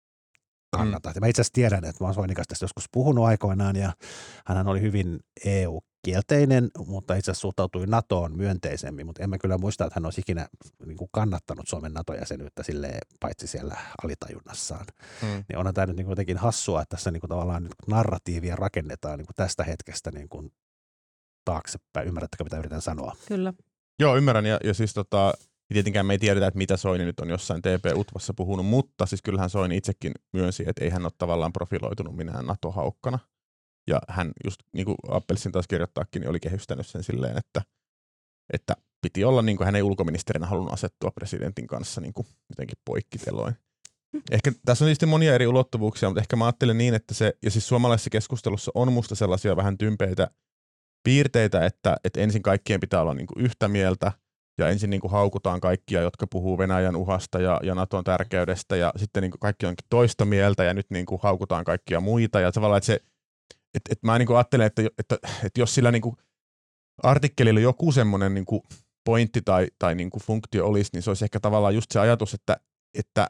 kannattaa. Mm. Mä itse asiassa tiedän, että mä oon Soinin kanssa tästä joskus puhunut aikoinaan ja hän oli hyvin E U-kielteinen, mutta itse asiassa suhtautui NATOon myönteisemmin, mutta en mä kyllä muista, että hän olisi ikinä niin kuin kannattanut Suomen NATO-jäsenyyttä silleen, paitsi siellä alitajunnassaan. Mm. Niin onhan tämä nyt niin kuin jotenkin hassua, että tässä niin kuin tavallaan nyt narratiivia rakennetaan niin kuin tästä hetkestä niin kuin taaksepäin. Ymmärrättekö, mitä yritän sanoa? Kyllä. Joo, ymmärrän. Ja, ja siis tota, tietenkään me ei tiedetä, että mitä Soini nyt on jossain T P-utvassa puhunut, mutta siis kyllähän Soini itsekin myönsi, että ei hän ole tavallaan profiloitunut minään NATO-haukkana. Ja hän just, niin kuin Appelsin taas kirjoittaakin, niin oli kehystänyt sen silleen, että, että piti olla, niin kuin hän ei ulkoministerinä halunnut asettua presidentin kanssa niin kuin jotenkin poikkiteloin. Ehkä tässä on tietysti monia eri ulottuvuuksia, mutta ehkä mä ajattelen niin, että se, ja siis suomalaisessa keskustelussa on musta sellaisia vähän tympeitä piirteitä, että, että ensin kaikkien pitää olla niin kuin yhtä mieltä, ja ensin niin kuin haukutaan kaikkia, jotka puhuu Venäjän uhasta ja, ja Naton tärkeydestä, ja sitten niin kuin kaikki onkin toista mieltä, ja nyt niin kuin haukutaan kaikkia muita, ja tavallaan, että se Että et mä niin kuin ajattelen, että, että, että jos sillä niin kuin artikkelilla joku semmoinen niin kuin pointti tai, tai niin kuin funktio olisi, niin se olisi ehkä tavallaan just se ajatus, että, että,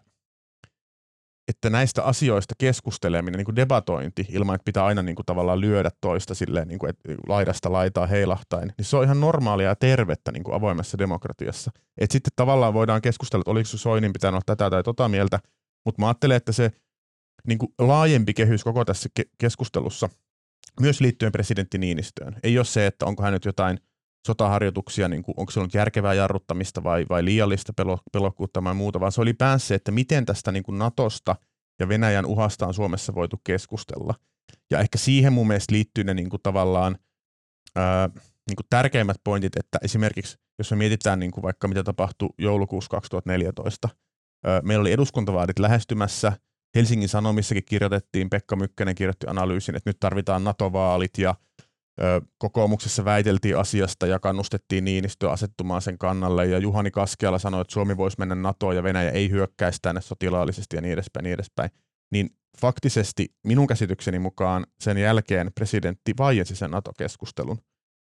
että näistä asioista keskusteleminen, niin kuin debatointi, ilman että pitää aina niin kuin tavallaan lyödä toista silleen, niin kuin, että laidasta laitaa heilahtain, niin se on ihan normaalia ja tervettä niin kuin avoimessa demokratiassa. Että sitten tavallaan voidaan keskustella, että oliko Soinin pitänyt olla tätä tai tota mieltä, mutta mä ajattelen, että se niin kuin laajempi kehys koko tässä ke- keskustelussa, myös liittyen presidentti Niinistöön, ei ole se, että onko hän nyt jotain sotaharjoituksia, niin kuin, onko se ollut järkevää jarruttamista vai, vai liiallista pelo, pelokkuutta tai muuta, vaan se oli päänsä se, että miten tästä niin kuin Natosta ja Venäjän uhasta on Suomessa voitu keskustella. Ja ehkä siihen mun mielestä liittyy ne niin kuin tavallaan ää, niin kuin tärkeimmät pointit, että esimerkiksi jos me mietitään niin kuin vaikka mitä tapahtui joulukuussa kaksituhattaneljätoista, ää, meillä oli eduskuntavaalit lähestymässä, Helsingin Sanomissakin kirjoitettiin, Pekka Mykkänen kirjoitti analyysin, että nyt tarvitaan NATO-vaalit ja ö, kokoomuksessa väiteltiin asiasta ja kannustettiin Niinistöä asettumaan sen kannalle ja Juhani Kaskeala sanoi, että Suomi voisi mennä NATOon ja Venäjä ei hyökkäisi tänne sotilaallisesti ja niin edespäin, niin edespäin. Niin faktisesti minun käsitykseni mukaan sen jälkeen presidentti vaiensi sen NATO-keskustelun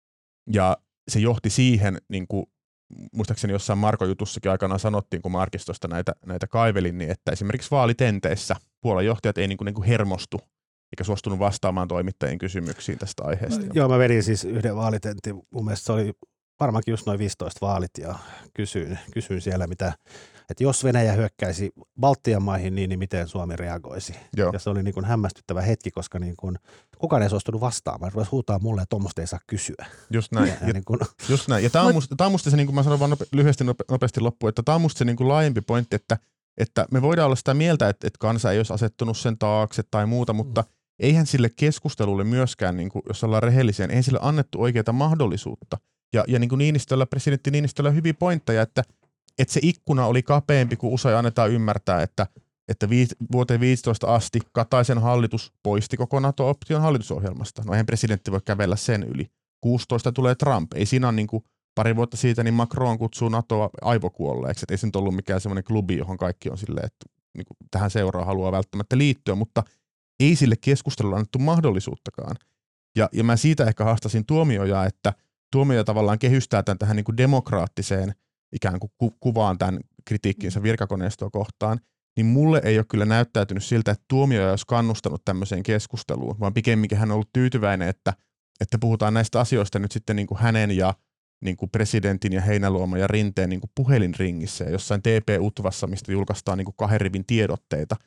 ja se johti siihen, niin kuin muistaakseni jossain Marko-jutussakin aikanaan sanottiin, kun Markistosta näitä, näitä kaivelin, niin että esimerkiksi vaalitenteissä Puolan johtajat ei niin kuin, niin kuin hermostu eikä suostunut vastaamaan toimittajien kysymyksiin tästä aiheesta. Joo, mä vedin siis yhden vaalitentin. Mun mielestä se oli varmaankin just noin viisitoista vaalit ja kysyin, kysyin siellä, mitä, että jos Venäjä hyökkäisi Baltian maihin, niin, niin miten Suomi reagoisi. Joo. Ja se oli niin kuin hämmästyttävä hetki, koska niin kuin kukaan ei suostunut vastaamaan. Ruvesi huutaa mulle, että tuommoista ei saa kysyä. Just näin. Ja, ja, niin kuin... Just näin. Ja tämä on musta, tämä on musta se, niin kuin mä sanon vaan nope, lyhyesti nopeasti loppuun, että tämä on musta se niin kuin laajempi pointti, että, että me voidaan olla sitä mieltä, että, että kansa ei olisi asettunut sen taakse tai muuta, mutta mm. eihän sille keskustelulle myöskään, niin kuin, jos ollaan rehellisiä, niin eihän sille annettu oikeaa mahdollisuutta. Ja, ja niin kuin Niinistöllä, presidentti Niinistöllä on hyviä pointteja, että, että se ikkuna oli kapeampi, kuin usein annetaan ymmärtää, että, että viis, vuoteen viisitoista asti Kataisen hallitus poisti koko NATO-option hallitusohjelmasta. No eihän presidentti voi kävellä sen yli. kuusitoista tulee Trump. Ei siinä ole niin kuin pari vuotta siitä, niin Macron kutsuu NATOa aivokuolleeksi. Että ei se nyt ollut mikään semmoinen klubi, johon kaikki on silleen, että niin kuin tähän seuraan haluaa välttämättä liittyä, mutta ei sille keskustelulle annettu mahdollisuuttakaan. Ja, ja mä siitä ehkä haastasin Tuomiojaa, että Tuomioja tavallaan kehystää tämän tähän niin kuin demokraattiseen ikään kuin ku- kuvaan tämän kritiikkinsä virkakoneistoa kohtaan, niin mulle ei ole kyllä näyttäytynyt siltä, että Tuomioja olisi kannustanut tämmöiseen keskusteluun, vaan pikemminkin hän on ollut tyytyväinen, että, että puhutaan näistä asioista nyt sitten niin kuin hänen ja niin kuin presidentin ja Heinäluoman ja Rinteen niin kuin puhelinringissä ja jossain T P-utvassa, mistä julkaistaan niin kuin kahden rivin tiedotteita.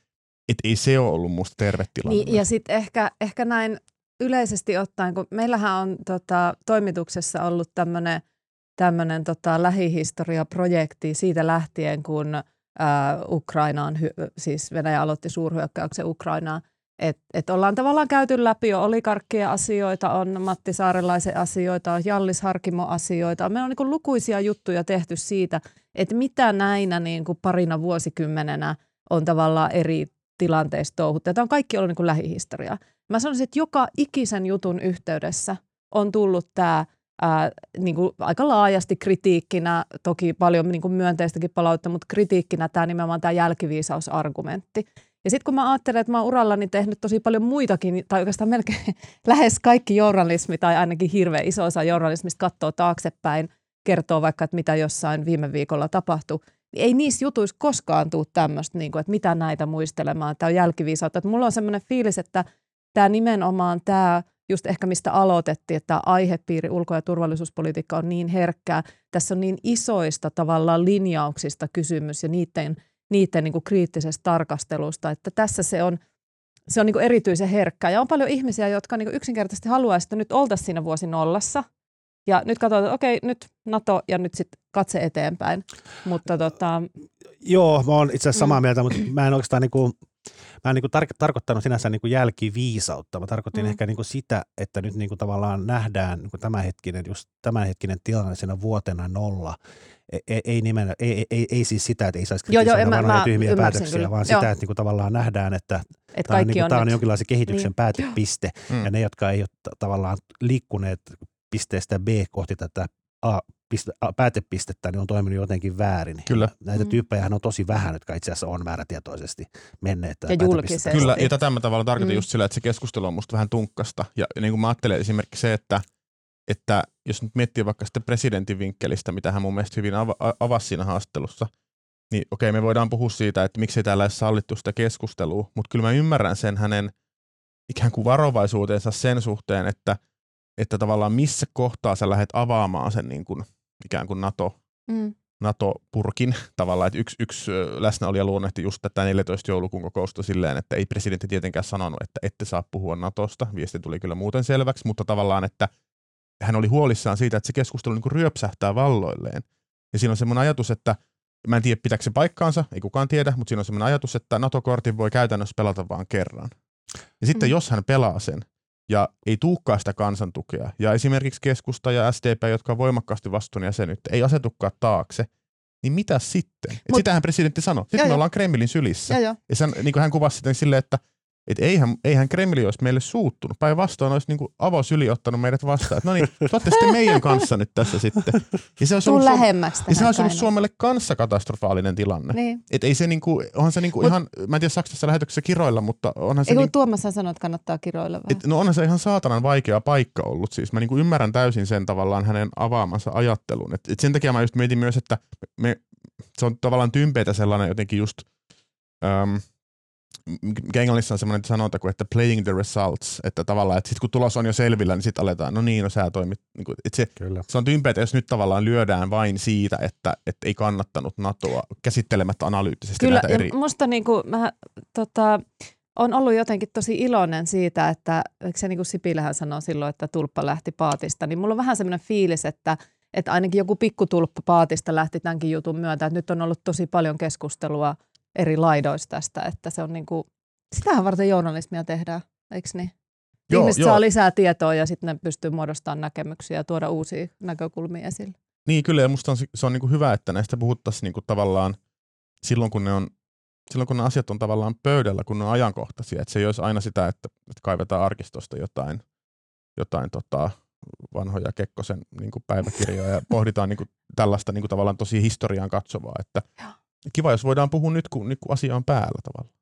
et ei se ole ollut musta terve tilanne. Niin, ja sitten ehkä, ehkä näin yleisesti ottaen, kun meillähän on tota, toimituksessa ollut tämmöinen tämmöinen tota, lähihistoriaprojekti siitä lähtien, kun ää, Ukrainaan, hy- siis Venäjä aloitti suurhyökkäyksen Ukrainaan, että et ollaan tavallaan käyty läpi jo oligarkkien asioita, on Matti Saarelaisen asioita, on Jallis Harkimo asioita. Meillä on niin kuin lukuisia juttuja tehty siitä, että mitä näinä niin kuin parina vuosikymmenenä on tavallaan eri tilanteissa touhuttu. Tämä on kaikki ollut niin kuin lähihistoriaa. Mä sanoisin, että joka ikisen jutun yhteydessä on tullut tämä ää, niin kuin aika laajasti kritiikkinä, toki paljon niin kuin myönteistäkin palautetta, mutta kritiikkinä tämä nimenomaan tämä jälkiviisausargumentti. Ja sitten kun mä ajattelen, että mä oon urallani tehnyt tosi paljon muitakin, tai oikeastaan melkein lähes kaikki journalismi, tai ainakin hirveän iso osa journalismista katsoo taaksepäin, kertoo vaikka, että mitä jossain viime viikolla tapahtui, niin ei niissä jutuissa koskaan tule tämmöistä, niin kuin, että mitä näitä muistelemaan, tämä on jälkiviisautta. Että mulla on semmoinen fiilis, että tämä nimenomaan tämä, just ehkä mistä aloitettiin, että tämä aihepiiri, ulko- ja turvallisuuspolitiikka on niin herkkää, tässä on niin isoista tavallaan linjauksista kysymys ja niiden niiden niin kuin kriittisestä tarkastelusta, että tässä se on, se on niin kuin erityisen herkkää. Ja on paljon ihmisiä, jotka niin kuin yksinkertaisesti haluaisivat, että nyt oltaisiin siinä vuosi nollassa. Ja nyt katsotaan, että okei, nyt NATO ja nyt sitten katse eteenpäin. Mutta tota... Joo, mä oon itse asiassa samaa mieltä, mutta mä en oikeastaan niinku, mä en niinku tar- tarkoittanut sinänsä niinku jälkiviisautta. Mä tarkoitin mm. ehkä niinku sitä, että nyt niinku tavallaan nähdään niinku tämänhetkinen, just tämänhetkinen tilanne siinä vuotena nolla. Ei, ei, nimen, ei, ei, ei siis sitä, että ei saisi kritisoida vanhoja tyhmiä päätöksiä, kyllä. vaan joo. sitä, että niinku tavallaan nähdään, että Et tämä on, niinku, on, on jonkinlaisen kehityksen niin. päätepiste. Mm. Ja ne, jotka ei ole tavallaan liikkuneet pisteestä B kohti tätä A, piste, A, päätepistettä, niin on toiminut jotenkin väärin. Kyllä. Näitä mm. tyyppejä on tosi vähän, jotka itse asiassa on määrätietoisesti menneet. Ja julkisesti. Kyllä, ja tätä mä tavallaan tarkoitan mm. just sillä, että se keskustelu on musta vähän tunkkasta. Ja niin kuin mä ajattelen esimerkiksi se, että että jos nyt miettii vaikka sitten presidentin vinkkelistä, mitä hän mun mielestä hyvin ava- avasi siinä haastattelussa, niin okei, me voidaan puhua siitä, että miksei täällä ei sallittu sitä keskustelua, mutta kyllä mä ymmärrän sen hänen ikään kuin varovaisuutensa sen suhteen, että, että tavallaan missä kohtaa sä lähdet avaamaan sen niin kuin, ikään kuin NATO, mm. NATO-purkin tavallaan, että yksi, yksi läsnäolija luonnehti just tätä neljästoista joulukuun kokousta silleen, että ei presidentti tietenkään sanonut, että ette saa puhua NATOsta, viesti tuli kyllä muuten selväksi, mutta tavallaan, että hän oli huolissaan siitä, että se keskustelu niin kuin ryöpsähtää valloilleen. Ja siinä on semmoinen ajatus, että mä en tiedä pitääkö se paikkaansa, ei kukaan tiedä, mutta siinä on semmoinen ajatus, että NATO-kortin voi käytännössä pelata vaan kerran. Ja sitten mm. jos hän pelaa sen ja ei tuukkaa sitä kansantukea, ja esimerkiksi keskusta ja S D P, jotka on voimakkaasti vastuun jäsenyyttä, ei asetukaan taakse, niin mitä sitten? Et sitähän presidentti sanoi. Sitten jo, me jo. ollaan Kremlin sylissä. Jo, jo. Ja sen, niin kuin hän kuvasi sitten silleen, että et eihän, eihän Kremli olisi meille suuttunut. Päinvastoin olisi niin kuin avosyli ottanut meidät vastaan. Että no niin, te olette sitten meidän kanssa nyt tässä sitten. Ja se olisi ollut, lähemmäksi ja se olisi ollut Suomelle kanssa katastrofaalinen tilanne. Niin. Että ei se niinku, onhan se niinku Mut, ihan, mä en tiedä Saksassa lähetyksessä kiroilla, mutta onhan se... Ei kun niin, Tuomas sanoi, että kannattaa kiroilla vähän. Et, no onhan se ihan saatanan vaikea paikka ollut. Siis mä niinku ymmärrän täysin sen tavallaan hänen avaamansa ajattelun. Et, et sen takia mä just mietin myös, että me, se on tavallaan tympeitä sellainen jotenkin just... Um, mikä englannissa on semmoinen sanonta kuin, että playing the results, että tavallaan, että sit kun tulos on jo selvillä, niin sitten aletaan, no niin, no sä toimit. Niin kuin, että se, se on tympeätä, jos nyt tavallaan lyödään vain siitä, että, että ei kannattanut NATOa käsittelemättä analyyttisesti Kyllä, näitä eri... Kyllä, musta niin kuin, mä tota, on ollut jotenkin tosi iloinen siitä, että, eikö se niin kuin Sipilähän sanoi silloin, että tulppa lähti paatista, niin mulla on vähän semmoinen fiilis, että, että ainakin joku pikkutulppa paatista lähti tämänkin jutun myötä, että nyt on ollut tosi paljon keskustelua eri laidoista tästä, että se on niinku, sitähän varten journalismia tehdään, eikö niin? Joo, ihmiset joo. saa lisää tietoa ja sitten ne pystyy muodostamaan näkemyksiä ja tuoda uusia näkökulmia esille. Niin kyllä, ja musta on, se on niinku hyvä, että näistä puhuttaisiin niinku tavallaan silloin, kun ne on, silloin kun ne asiat on tavallaan pöydällä, kun ne on ajankohtaisia, että se ei olisi aina sitä, että, että kaivetaan arkistosta jotain, jotain tota, vanhoja Kekkosen niinku päiväkirjoja ja pohditaan niinku tällaista niinku tavallaan tosi historiaan katsovaa, että kiva, jos voidaan puhua nyt, kun, nyt, kun asia on päällä tavallaan.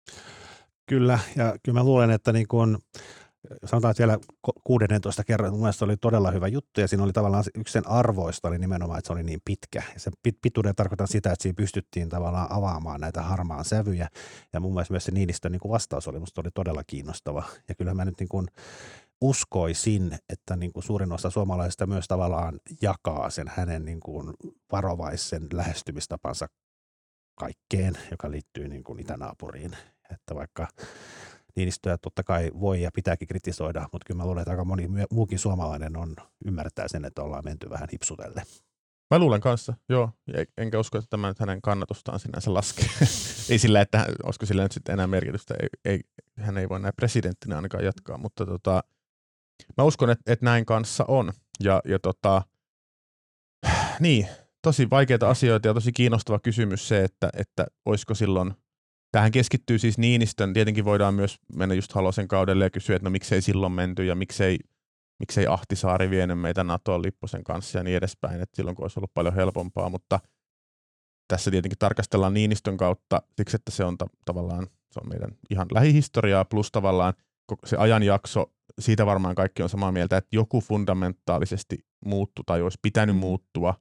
Kyllä, ja kyllä mä luulen, että niin kun, sanotaan, että vielä kuudennentoista kerran, mun mielestä oli todella hyvä juttu, ja siinä oli tavallaan yksi sen arvoista, oli nimenomaan, että se oli niin pitkä. Ja sen pituuden tarkoitan sitä, että siinä pystyttiin tavallaan avaamaan näitä harmaan sävyjä, ja mun mielestä myös se Niinistön niin vastaus oli, musta oli todella kiinnostava. Ja kyllä mä nyt niin kun uskoisin, että niin kuin suurin osa suomalaisista myös tavallaan jakaa sen hänen niin kuin varovaisen lähestymistapansa kaikkeen, joka liittyy niin kuin itänaapuriin Että vaikka Niinistöä totta kai voi ja pitääkin kritisoida, mutta kyllä mä luulen, että aika moni muukin suomalainen on, ymmärtää sen, että ollaan menty vähän hipsutelle. Mä luulen kanssa, joo. Enkä usko, että tämä nyt hänen kannatustaan sinänsä laskee. Ei sillä, että olisiko sillä nyt sitten enää merkitystä. Ei, ei, hän ei voi näin presidenttinä ainakaan jatkaa, mutta tota, mä uskon, että, että näin kanssa on. Ja, ja tota, niin, tosi vaikeita asioita ja tosi kiinnostava kysymys se, että, että olisiko silloin, tähän keskittyy siis Niinistön, tietenkin voidaan myös mennä just Halosen kaudelle ja kysyä, että no miksei silloin menty ja miksei, miksei Ahtisaari vienyt meitä NATOon Lipposen kanssa ja niin edespäin, että silloin kun olisi ollut paljon helpompaa, mutta tässä tietenkin tarkastellaan Niinistön kautta siksi, että se on ta- tavallaan se on meidän ihan lähihistoriaa plus tavallaan se ajanjakso, siitä varmaan kaikki on samaa mieltä, että joku fundamentaalisesti muuttu tai olisi pitänyt muuttua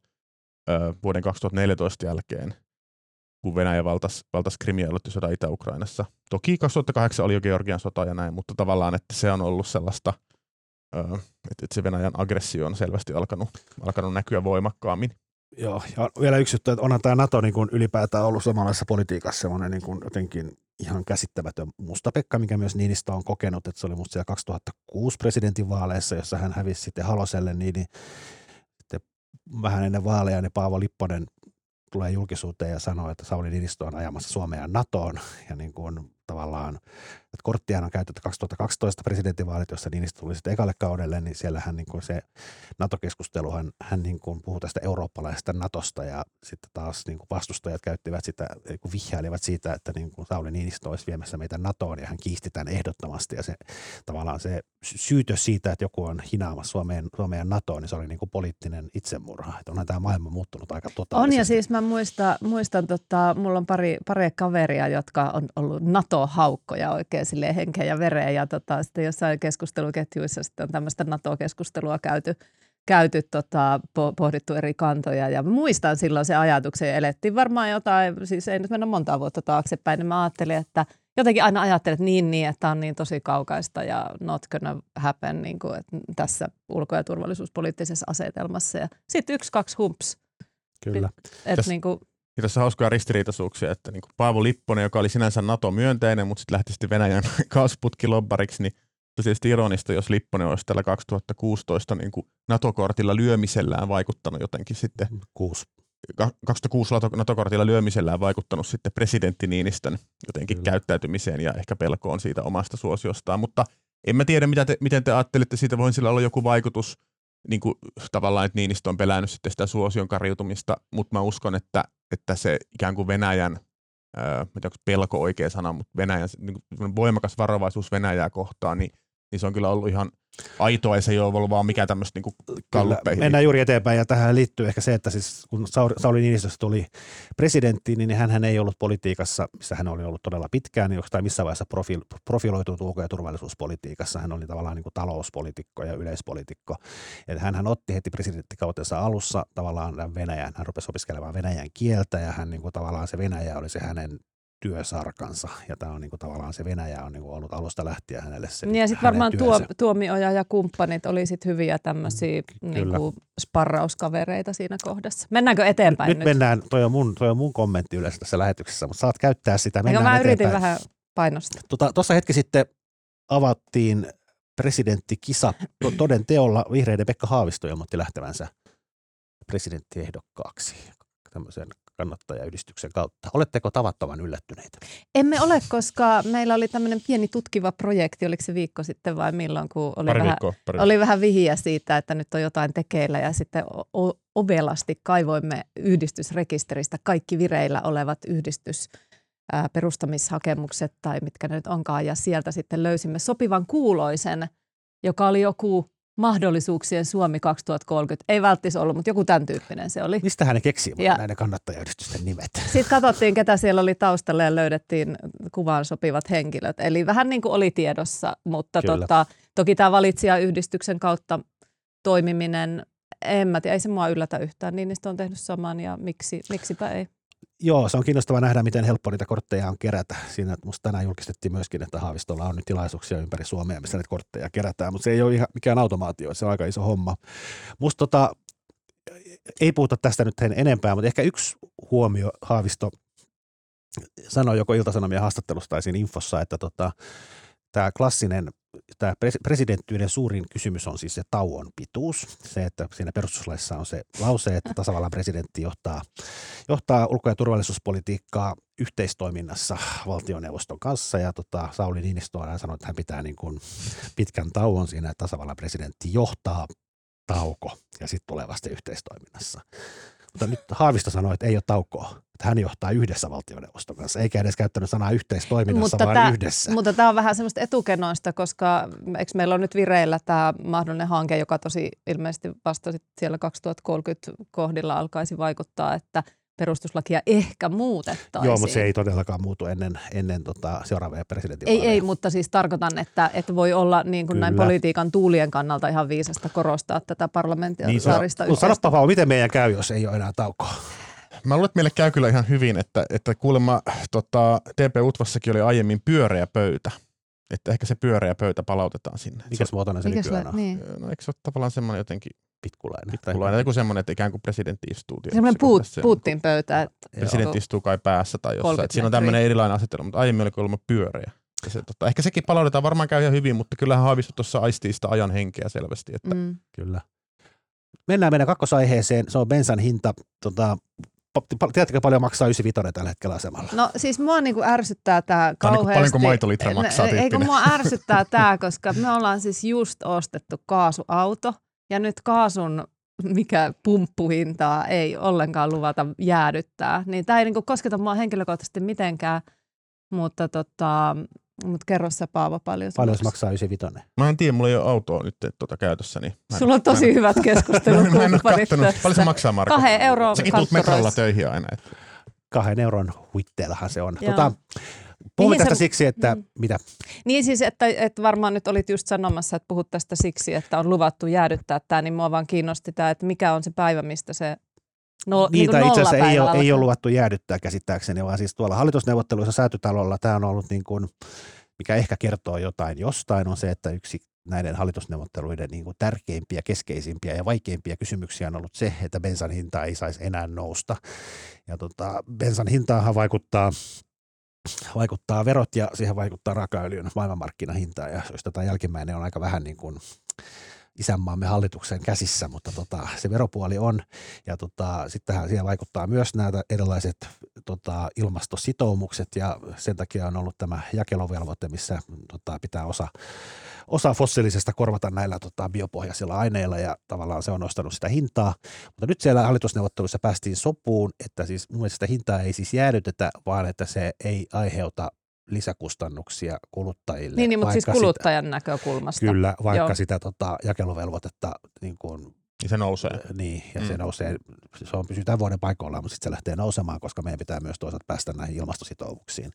ö, vuoden kaksituhattaneljätoista jälkeen, kun Venäjä valtasi, valtasi Krimiä ja aloitti sota Itä-Ukrainassa. Toki kaksituhattakahdeksan oli jo Georgian sota ja näin, mutta tavallaan, että se on ollut sellaista, ö, että se Venäjän aggressio on selvästi alkanut, alkanut näkyä voimakkaammin. Joo, ja vielä yksi juttu, että onhan tämä NATO niin kuin ylipäätään ollut samanlaisessa politiikassa semmoinen niin kuin jotenkin ihan käsittämätön mustapekka, mikä myös Niinistö on kokenut, että se oli musta siellä kaksituhattakuusi presidentinvaaleissa, jossa hän hävisi sitten Haloselle, niin, niin sitten vähän ennen vaaleja niin Paavo Lipponen tulee julkisuuteen ja sanoo, että Sauli Niinistö on ajamassa Suomea NATOon ja niin kuin tavallaan, että korttiaan on käytetty kaksituhattakaksitoista presidentinvaalit, jossa Niinistö tuli sitten ekalle kaudelle, niin siellähän niin kuin se NATO-keskusteluhan, hän niin kuin puhui tästä eurooppalaisesta NATOsta ja sitten taas niin kuin vastustajat käyttivät sitä, niin kuin vihjailivat siitä, että niin kuin Sauli Niinistö olisi viemässä meitä NATOon ja hän kiisti tämän ehdottomasti ja se tavallaan se syytös siitä, että joku on hinaamassa Suomeen, Suomeen NATOon, niin se oli niin kuin poliittinen itsemurha, että onhan tämä maailma muuttunut aika totaalisesti. On ja siis mä muistan, muistan tota, mulla on pari, pari kaveria, jotka on ollut NATO-haukkoja oikein silleen henkeä ja vereä ja tota, sitten jossain keskusteluketjuissa sitten on tämmöistä NATO-keskustelua käyty, käyty tota, pohdittu eri kantoja ja muistan silloin se ajatuksen ja elettiin varmaan jotain, siis ei nyt mennä monta vuotta taaksepäin, niin mä ajattelin, että jotenkin aina ajattelin, että niin niin, että on niin tosi kaukaista ja not gonna happen niin kuin, että tässä ulko- ja turvallisuuspoliittisessa asetelmassa ja sitten yksi, kaksi humps. Kyllä. Et, Täs, niin kuin, ja tässä on hauskoja ristiriitaisuuksia, että niin kuin Paavo Lipponen, joka oli sinänsä NATO-myönteinen, mutta sitten lähti sitten Venäjän kaasuputkilobbariksi, niin on tietysti ironista, jos Lipponen olisi tällä kaksituhattakuusitoista niin kuin NATO-kortilla lyömisellään vaikuttanut jotenkin sitten. Kuusi. kaksituhattakuusi NATO-kortilla lyömisellään vaikuttanut sitten presidentti Niinistön jotenkin Kyllä. käyttäytymiseen ja ehkä pelkoon siitä omasta suosiostaan, mutta en mä tiedä, mitä te, miten te ajattelitte, siitä voin sillä olla joku vaikutus, niin kuin tavallaan, että Niinistö on pelännyt sitten sitä suosion kariutumista, mutta mä uskon, että, että se ikään kuin Venäjän, ää, mä tiedä, onko pelko oikea sana, mutta Venäjän niin kuin voimakas varovaisuus Venäjää kohtaan, niin, niin se on kyllä ollut ihan aitoa ja se ei ole ollut vaan mikään tämmöistä niin kalluppeihin. Mennään juuri eteenpäin ja tähän liittyy ehkä se, että siis kun Sauli Niinistöstä tuli presidentti, niin hän ei ollut politiikassa, missä hän oli ollut todella pitkään, niin tai missään vaiheessa profil, profiloitunut ulko- ja turvallisuuspolitiikassa. Hän oli tavallaan niin kuin talouspoliitikko ja yleispoliitikko. Hän otti heti presidenttikautensa alussa tavallaan Venäjän, hän rupesi opiskelemaan venäjän kieltä ja hän niin kuin tavallaan se Venäjä oli se hänen työsarkansa, ja tämä on niinku tavallaan se Venäjä on niinku ollut alusta lähtien hänelle se. Niin ja sitten varmaan tuo, Tuomioja ja kumppanit oli sit hyviä tämmöisiä niinku sparrauskavereita siinä kohdassa. Mennäänkö eteenpäin nyt? Nyt, nyt mennään, toi on, mun, toi on mun kommentti yleensä tässä lähetyksessä, mutta saat käyttää sitä, mennään mä eteenpäin. yritin vähän painostaa. Tuossa tota, hetki sitten avattiin presidenttikisa toden teolla. Vihreiden Pekka Haavisto ilmoitti lähtevänsä presidenttiehdokkaaksi tämmöisen kannattajayhdistyksen kautta. Oletteko tavattoman yllättyneitä? Emme ole, koska meillä oli tämmöinen pieni tutkiva projekti, oliko se viikko sitten vai milloin, kun oli, pari vähän, viikkoa, pari oli vähän vihiä siitä, että nyt on jotain tekeillä ja sitten o- ovelasti kaivoimme yhdistysrekisteristä kaikki vireillä olevat yhdistys ää, perustamishakemukset tai mitkä ne nyt onkaan ja sieltä sitten löysimme sopivan kuuloisen, joka oli joku mahdollisuuksien Suomi kaksituhattakolmekymmentä. Ei välttis ollut, mutta joku tämän tyyppinen se oli. Mistä hän keksii ja näiden kannattajayhdistysten nimet? Sitten katsottiin, ketä siellä oli taustalla ja löydettiin kuvaan sopivat henkilöt. Eli vähän niin kuin oli tiedossa, mutta tota, toki tämä valitsijayhdistyksen kautta toimiminen, en mä tiedä, ei se mua yllätä yhtään. Niinistö on tehnyt saman ja miksi, miksipä ei. Joo, se on kiinnostavaa nähdä, miten helppo niitä kortteja on kerätä. Siinä musta tänään julkistettiin myöskin, että Haavistolla on nyt tilaisuuksia ympäri Suomea, missä näitä kortteja kerätään, mutta se ei ole ihan mikään automaatio, se on aika iso homma. Musta tota, ei puhuta tästä nyt enempää, mutta ehkä yksi huomio Haavisto sanoi joko Ilta-Sanomien haastattelussa tai siinä infossa, että tota, tämä klassinen, tämä presidenttyyden suurin kysymys on siis se tauon pituus. Se, että siinä perustuslaissa on se lause, että tasavallan presidentti johtaa, johtaa ulko- ja turvallisuuspolitiikkaa yhteistoiminnassa valtioneuvoston kanssa. Ja tota, Sauli Niinistö on sanonut, että hän pitää niin kuin pitkän tauon siinä, että tasavallan presidentti johtaa tauko ja sitten tulee vasta yhteistoiminnassa. Mutta nyt Haavisto sanoi, että ei ole taukoa, että hän johtaa yhdessä valtioneuvoston kanssa, eikä edes käyttänyt sanaa yhteistoiminnassa, mutta vaan tää, yhdessä. Mutta tämä on vähän semmoista etukenoista, koska eikö meillä on nyt vireillä tämä mahdollinen hanke, joka tosi ilmeisesti vasta sit siellä kaksituhattakolmekymmentä kohdilla alkaisi vaikuttaa, että perustuslakia ehkä muutettaisiin. Joo, mutta se ei todellakaan muutu ennen, ennen tota seuraavia presidentinvaaleja. Ei, ei, mutta siis tarkoitan, että, että voi olla niin kuin näin politiikan tuulien kannalta ihan viisasta korostaa tätä parlamentaarista niin, sanoppa vaan, miten meidän käy, jos ei ole enää taukoa. Mä luulen, että meille käy kyllä ihan hyvin, että, että kuulemma tota, D P-Utvassakin oli aiemmin pyöreä pöytä. Että ehkä se pyöreä pöytä palautetaan sinne. Mikäs muotoinen se Mikäs nykyään on? Niin. No eikö se ole tavallaan semmoinen jotenkin Pitkulainen. pitkulainen, joku semmoinen, että ikään kuin presidentti istuu. Semmoinen puut, Putin pöytä. Että presidentti istuu kai päässä tai jossain. Siinä on tämmöinen erilainen asetelma, mutta aiemmin oli kuulemma pyöreä. Se, tota, ehkä sekin palautetaan, varmaan käy ihan hyvin, mutta kyllähän Haavisto tuossa aistii sitä ajan henkeä selvästi. Että mm. Kyllä. Mennään meidän kakkosaiheeseen, se on bensan hinta. Tota, tiedättekö paljon maksaa yhdeksänkymmentäviisi tällä hetkellä asemalla? No siis mua niinku ärsyttää tämä kauheasti. Niin paljonko maitolitra maksaa tyyppinen. Eikö mua ärsyttää tämä, koska me ollaan siis just ostettu kaasuauto ja nyt kaasun mikä pumppuhintaa ei ollenkaan luvata jäädyttää. Niin tämä ei niinku kosketa mua henkilökohtaisesti mitenkään, mutta tota, mut kerro sä Paavo paljon. Paljon se maksaa yhdeksänkymmentäviisi. Mä en tiedä, mulla ei ole autoa nyt tuota käytössä. Niin Sulla on tosi en, hyvät keskustelukumppanit. Mä en ole kattonut. Paljon se maksaa, Marko? Kahden euroa. Säkin tulet metrolla töihin aina. Että. Kahden euron huitteellahan se on. Tota, puhumme Mihin tästä sä, siksi, että mm. mitä? Niin siis, että, että varmaan nyt olit just sanomassa, että puhut tästä siksi, että on luvattu jäädyttää tämä, niin mua vaan kiinnosti tämä, että mikä on se päivä, mistä se no, Niitä niin itse asiassa ei ole, alkaa. ei ole luvattu jäädyttää käsittääkseni, vaan siis tuolla hallitusneuvotteluissa Säätytalolla tämä on ollut niin kuin, mikä ehkä kertoo jotain jostain, on se, että yksi näiden hallitusneuvotteluiden niin kuin tärkeimpiä, keskeisimpiä ja vaikeimpia kysymyksiä on ollut se, että bensan hinta ei saisi enää nousta. Ja tota, bensan hintaahan vaikuttaa, vaikuttaa verot ja siihen vaikuttaa raakaöljyn maailmanmarkkinahintaa, ja jos tätä jälkimmäinen on aika vähän niin kuin isänmaamme hallituksen käsissä, mutta tota, se veropuoli on, ja tota, sittenhän siihen vaikuttaa myös nämä erilaiset tota, ilmastositoumukset, ja sen takia on ollut tämä jakeluvelvoite, missä tota, pitää osa, osa fossiilisesta korvata näillä tota, biopohjaisilla aineilla, ja tavallaan se on nostanut sitä hintaa, mutta nyt siellä hallitusneuvotteluissa päästiin sopuun, että siis mun mielestä sitä hintaa ei siis jäädytetä, vaan että se ei aiheuta lisäkustannuksia kuluttajille. Niin, niin mutta siis kuluttajan sitä, näkökulmasta. Kyllä, vaikka Joo. sitä tota, jakeluvelvoitetta niin kuin, ja se nousee. Niin, ja mm. se nousee, se on pysyy tämän vuoden paikoillaan, mutta sitten se lähtee nousemaan, koska meidän pitää myös toisaalta päästä näihin ilmastositoumuksiin.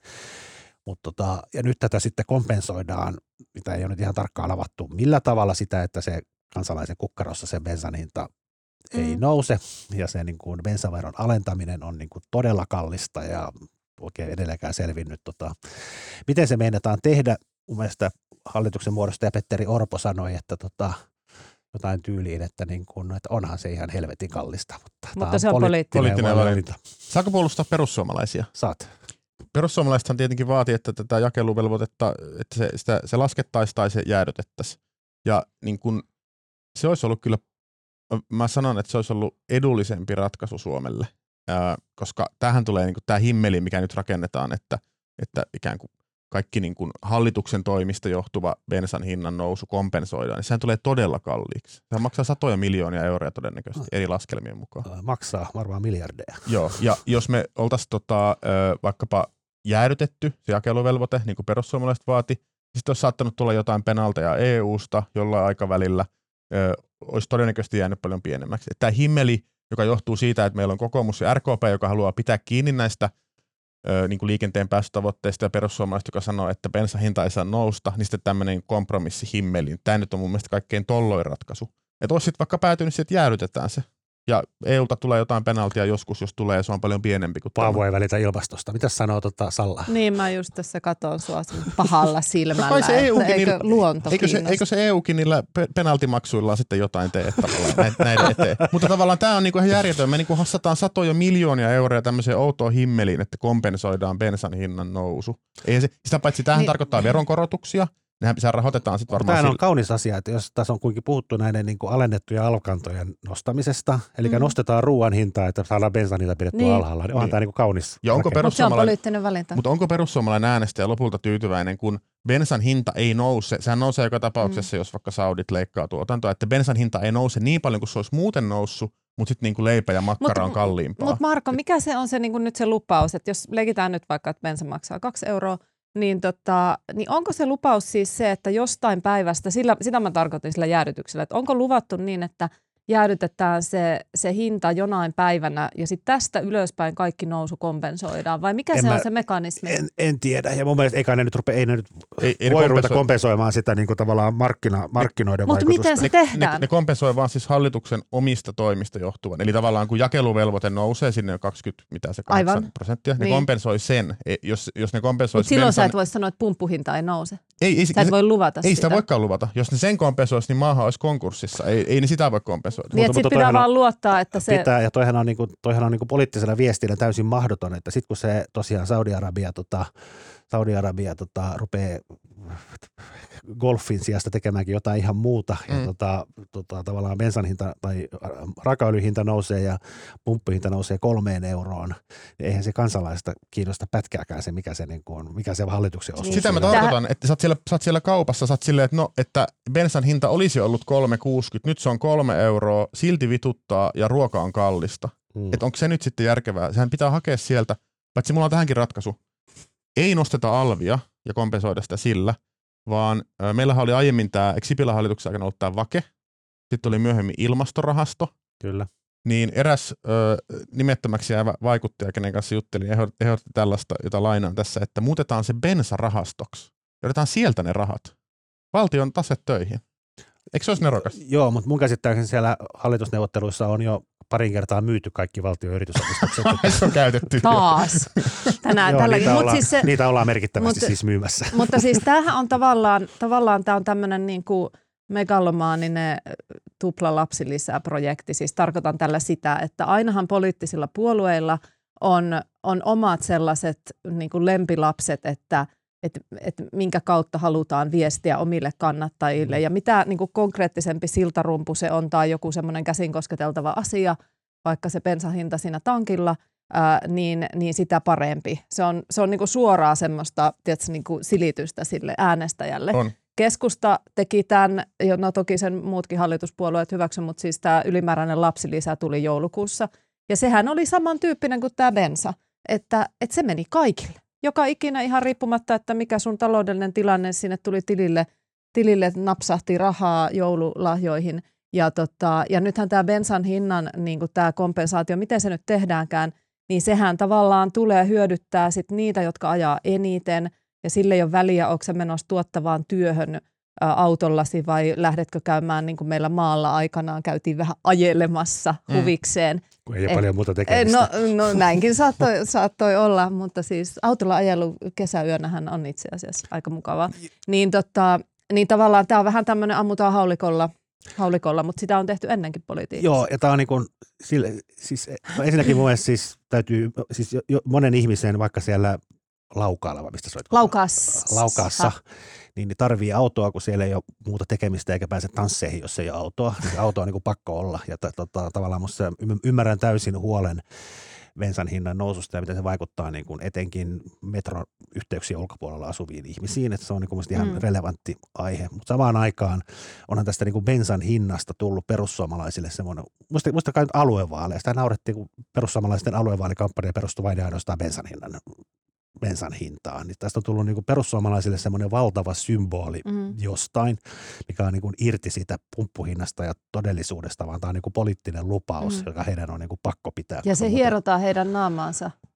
Mut tota, ja nyt tätä sitten kompensoidaan, mitä ei ole nyt ihan tarkkaan avattu, millä tavalla sitä, että se kansalaisen kukkarossa se bensan hinta mm. ei nouse, ja se niin kuin bensaveron alentaminen on niin kuin todella kallista ja oikein edelleenkään selvinnyt. Tota, miten se meinataan tehdä? Mun mielestä hallituksen muodostaja Petteri Orpo sanoi, että tota, jotain tyyliin, että, niin kun, että onhan se ihan helvetin kallista. Mutta, mutta se on poliittinen, poliittinen valinta. Saako puolustaa perussuomalaisia? Saat. Perussuomalaisethan tietenkin vaatii, että tätä jakeluvelvoitetta, että se, sitä, se laskettaisiin tai se jäädytettäisiin. Ja niin kun, se olisi ollut kyllä, mä sanon, että se olisi ollut edullisempi ratkaisu Suomelle. Ää, koska tämähän tulee niin kuin tämä himmeli, mikä nyt rakennetaan, että, että ikään kuin kaikki niin kuin hallituksen toimista johtuva bensan hinnan nousu kompensoidaan, niin sehän tulee todella kalliiksi. Sehän maksaa satoja miljoonia euroja todennäköisesti eri laskelmien mukaan. Maksaa varmaan miljardeja. Joo, ja jos me oltaisiin tota, vaikkapa jäädytetty se jakeluvelvoite, niin kuin perussuomalaiset vaati, niin sitten olisi saattanut tulla jotain penalteja E U:sta jollain aikavälillä, ö, olisi todennäköisesti jäänyt paljon pienemmäksi. Tämä himmeli, joka johtuu siitä, että meillä on kokoomus ja R K P, joka haluaa pitää kiinni näistä ö, niin kuin liikenteen päästötavoitteista, ja perussuomalaiset, joka sanoo, että bensahinta ei saa nousta, niin sitten tämmöinen kompromissi himmeli. Tämä nyt on mun mielestä kaikkein tolloin ratkaisu. Että olisi sitten vaikka päätynyt siihen, että jäädytetään se. Ja E U:lta tulee jotain penaltia joskus, jos tulee, se on paljon pienempi kuin Paavo ei välitä ilmastosta. Mitäs sanoo tota Salla? Niin, mä just tässä katon sua pahalla silmällä, No se E U:kin, eikö niillä, luonto eikö se, eikö se E U:kin niillä pe- penaltimaksuillaan sitten jotain tee tavallaan näiden eteen. Mutta tavallaan tämä on niinku ihan järjetön. Me niinku hassataan satoja miljoonia euroja tämmöiseen outoon himmeliin, että kompensoidaan bensan hinnan nousu. Ei se, sitä paitsi tämähän niin, tarkoittaa veronkorotuksia. Nehän pitää rahoitetaan sitten varmaan. Tämä on kaunis asia, että jos tässä on kuitenkin puhuttu näiden niin kuin alennettujen alkantojen nostamisesta, eli mm. nostetaan ruoan hintaa, että saadaan bensan hinta pidettyä niin. alhaalla, niin onhan niin. tämä niin kuin kaunis. Ja onko mutta se on poliittinen valinta. Mutta onko perussuomalainen äänestäjä lopulta tyytyväinen, kun bensan hinta ei nouse, sehän nousee joka tapauksessa, mm. jos vaikka Saudit leikkaa tuotantoa, että bensan hinta ei nouse niin paljon kuin se olisi muuten noussut, mutta sitten niin leipä ja makkara mut, on kalliimpaa. Mutta Marko, mikä se on se niin kuin nyt se lupaus, että jos leikitään nyt vaikka, että bensa maksaa kaksi euroa, Niin, tota, niin onko se lupaus siis se, että jostain päivästä, sillä, sitä mä tarkoitin sillä jäädytyksellä, että onko luvattu niin, että jäädytetään se, se hinta jonain päivänä ja sitten tästä ylöspäin kaikki nousu kompensoidaan vai mikä en se mä, on se mekanismi? En, en tiedä ja mun mielestä eikä ne nyt rupea, ei ne nyt ei, ei voi ruveta kompensoimaan sitä niin kuin tavallaan markkina, markkinoiden ne, vaikutusta. Mutta miten se tehdään? Ne, ne kompensoi vaan siis hallituksen omista toimista johtuvan. Eli tavallaan kun jakeluvelvoite nousee sinne jo kaksikymmentä, mitä se kahdeksan prosenttia, ne niin. kompensoi sen. Jos, jos ne kompensoi Mutta silloin bensan, sä et voi sanoa, että pumppuhinta ei nouse. Ei, ei, sä et voi luvata ei sitä. sitä voikaan luvata. Jos ne sen kompensoisi, niin maahan olisi konkurssissa. Ei, ei ne sitä voi kompensoida. Niin, että sitten pitää vaan luottaa, että se... Pitää, ja toihan on, niinku, toihan on niinku poliittisella viestillä täysin mahdoton, että sitten kun se tosiaan Saudi-Arabia, tota, Saudi-Arabia tota, rupeaa golfin sijasta tekemäänkin jotain ihan muuta, mm. ja tota, tota, tavallaan bensan hinta tai raakaöljyn hinta nousee ja pumppuhinta nousee kolmeen euroon, niin eihän se kansalaista kiinnosta pätkääkään se, mikä se, niin on, mikä se hallituksen osuus. Sitä mä tarkoitan, että sä oot, siellä, sä oot siellä kaupassa, sä oot silleen, että no, että bensan hinta olisi ollut kolme kuusikymmentä, nyt se on kolme euroa, silti vituttaa ja ruoka on kallista. Mm. Että onko se nyt sitten järkevää? Sehän pitää hakea sieltä, paitsi mulla on tähänkin ratkaisu. Ei nosteta alvia ja kompensoida sitä sillä, vaan äh, meillähän oli aiemmin tämä, eikö Sipilän hallituksen aikana ollut tämä VAKE, sitten oli myöhemmin ilmastorahasto. Kyllä. Niin eräs äh, nimettömäksi jäävä vaikuttaja, kenen kanssa juttelin, ehdotti tällaista, jota lainaan tässä, että muutetaan se bensarahastoksi. Otetaan sieltä ne rahat. Valtion tase töihin. Eikö se olisi nerokas? Joo, mutta mun käsittääkseni siellä hallitusneuvotteluissa on jo parin kertaa myyty kaikki valtion yritysomistukset. Se on käytetty. Taas. Tänään Joo, tälläkin. Niitä, Mut ollaan, siis se, niitä ollaan merkittävästi mutta, siis myymässä. Mutta siis tämähän on tavallaan, tavallaan tämä on tämmöinen niin kuin megalomaaninen tuplalapsilisäprojekti. Siis tarkoitan tällä sitä, että ainahan poliittisilla puolueilla on, on omat sellaiset niin kuin lempilapset, että että et minkä kautta halutaan viestiä omille kannattajille ja mitä niin kuin konkreettisempi siltarumpu se on tai joku semmoinen käsin kosketeltava asia, vaikka se bensahinta siinä tankilla, ää, niin, niin sitä parempi. Se on, se on niin kuin suoraa semmoista tiedätkö, niin kuin silitystä sille äänestäjälle. On. Keskusta teki tämän, no toki sen muutkin hallituspuolueet hyväksy, mutta siis tämä ylimääräinen lapsilisä tuli joulukuussa ja sehän oli samantyyppinen kuin tämä bensa, että, että se meni kaikille. Joka ikinä ihan riippumatta, että mikä sun taloudellinen tilanne sinne tuli tilille, tilille napsahti rahaa joululahjoihin. Ja, tota, ja nythän tämä bensan hinnan niin tämä kompensaatio, miten se nyt tehdäänkään, niin sehän tavallaan tulee hyödyttää sit niitä, jotka ajaa eniten. Ja sille ei ole väliä, onko sä menossa tuottavaan työhön ä, autollasi vai lähdetkö käymään niin kuin meillä maalla aikanaan käytiin vähän ajelemassa huvikseen. Mm. Kun ei ole paljon muuta tekemistä. No, no näinkin saattoi, saattoi olla, mutta siis autolla ajelu kesäyönähän on itse asiassa aika mukavaa. Niin, tota, niin tavallaan tämä on vähän tämmöinen ammutaan haulikolla, haulikolla, mutta sitä on tehty ennenkin politiikassa. Joo, ja tämä on niin kuin, sille, siis, no ensinnäkin mun mielestä siis täytyy, siis jo, jo, monen ihmisen vaikka siellä Laukaalla, mistä soit? Laukaassa. Laukaassa, niin tarvii autoa, kun siellä ei ole muuta tekemistä eikä pääse tansseihin, jos ei ole autoa. Niin auto on niin kuin pakko olla ja t- t- tavallaan musta ymmärrän täysin huolen bensan hinnan noususta ja miten se vaikuttaa niin kuin etenkin metroyhteyksien ulkopuolella asuviin ihmisiin, että se on niin kuin ihan mm. relevantti aihe. Mutta samaan aikaan onhan tästä niin kuin bensan hinnasta tullut perussuomalaisille semmoinen, muista, muista kai aluevaaleja, sitä naurettiin, kun perussuomalaisten aluevaalikampanja perustui vain ja ainoastaan bensan hinnan bensan hintaan. Niin tästä on tullut niin kuin perussuomalaisille semmoinen valtava symboli mm. jostain, mikä on niin kuin irti siitä pumppuhinnasta ja todellisuudesta, vaan tämä on niin kuin poliittinen lupaus, mm. joka heidän on niin kuin pakko pitää. Ja se hierotaan heidän naamaansa.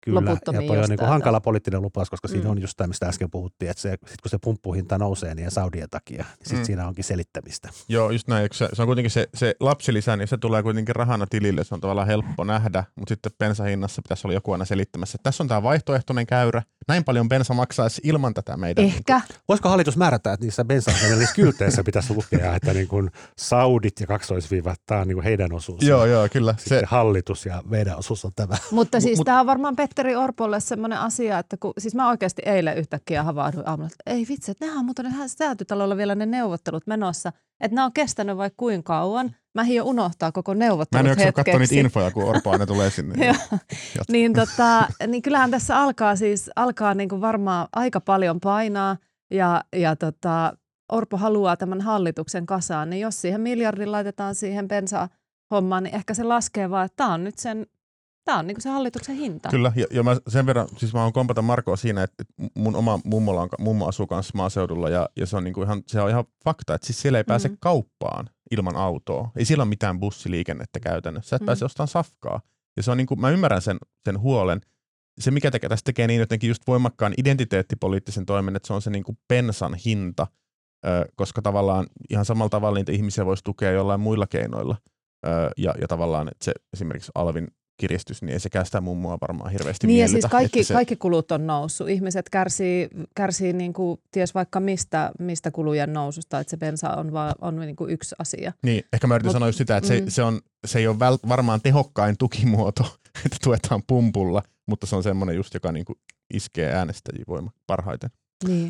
Kyllä, loputtomiin. ja toi on niin kuin hankala poliittinen lupaus, koska mm. siinä Mm. on just tämä, mistä äsken puhuttiin, että se, sit kun se pumppuhinta nousee niin Saudien takia, niin sitten Mm. siinä onkin selittämistä. Joo, just näin. Se, se on kuitenkin se, se lapsilisä, niin se tulee kuitenkin rahana tilille. Se on tavallaan helppo nähdä, mutta sitten bensahinnassa pitäisi olla joku aina selittämässä, että tässä on tämä vaihtoehtoinen käyrä. Näin paljon bensa maksaisi ilman tätä meidän. Ehkä. Niin Voisiko hallitus määrätä, että niissä bensa-asemissa kylteissä pitäisi lukea, että niin kuin Saudit ja kaksoisviivat, tämä on niin kuin heidän osuus. Joo, joo, kyllä. Sitten Se, hallitus ja meidän osuus on tämä. Mutta siis Mut- tämä on varmaan Petteri Orpolle semmoinen asia, että kun, siis mä oikeasti eilen yhtäkkiä havahduin aamulla, että ei vitsi, että nehän on muuten nehän Säätytalolla vielä ne neuvottelut menossa, että nämä on kestänyt vaikka kuinka kauan. Mä jo unohtaa koko mä en neuvottelut jaksa katsoa niitä hetkeksi. infoja, kun Orpo aina tulee sinne. Joo. niin, tota, niin kyllähän tässä alkaa siis alkaa niinku varmaan aika paljon painaa ja, ja tota, Orpo haluaa tämän hallituksen kasaan, niin jos siihen miljardin laitetaan siihen bensa-hommaan, niin ehkä se laskee vaan, että tämä on nyt sen, tämä on niinku se hallituksen hinta. Kyllä, ja, ja mä sen verran, siis mä oon kompata Markoa siinä, että mun oma mummola on, mummo asuu kanssa maaseudulla ja, ja se on niinku ihan, se on ihan fakta, että siis siellä ei pääse Mm. kauppaan ilman autoa. Ei siellä ole mitään bussiliikennettä käytännössä. Sä et Mm. pääse ostamaan safkaa. Ja se on niinku, mä ymmärrän sen, sen huolen. Se, mikä tekee, tästä tekee niin jotenkin just voimakkaan identiteettipoliittisen toimen, että se on se niinku bensan hinta, ö, koska tavallaan ihan samalla tavalla niitä ihmisiä voisi tukea jollain muilla keinoilla. Ö, ja, ja tavallaan, että se esimerkiksi alvin kiristys, niin ei sekään sitä mummoa varmaan hirveästi Niin ja miellytä. siis kaikki, se, kaikki kulut on noussut. Ihmiset kärsii, kärsii niin kuin, ties vaikka mistä, mistä kulujen noususta, että se bensa on, vaan, on niin kuin yksi asia. Niin, ehkä mä yritin Mut- sanoa just sitä, että se, mm. se, on, se ei ole väl, varmaan tehokkain tukimuoto, että tuetaan pumpulla, mutta se on semmoinen just, joka niinku iskee äänestäjiä voima parhaiten. Niin.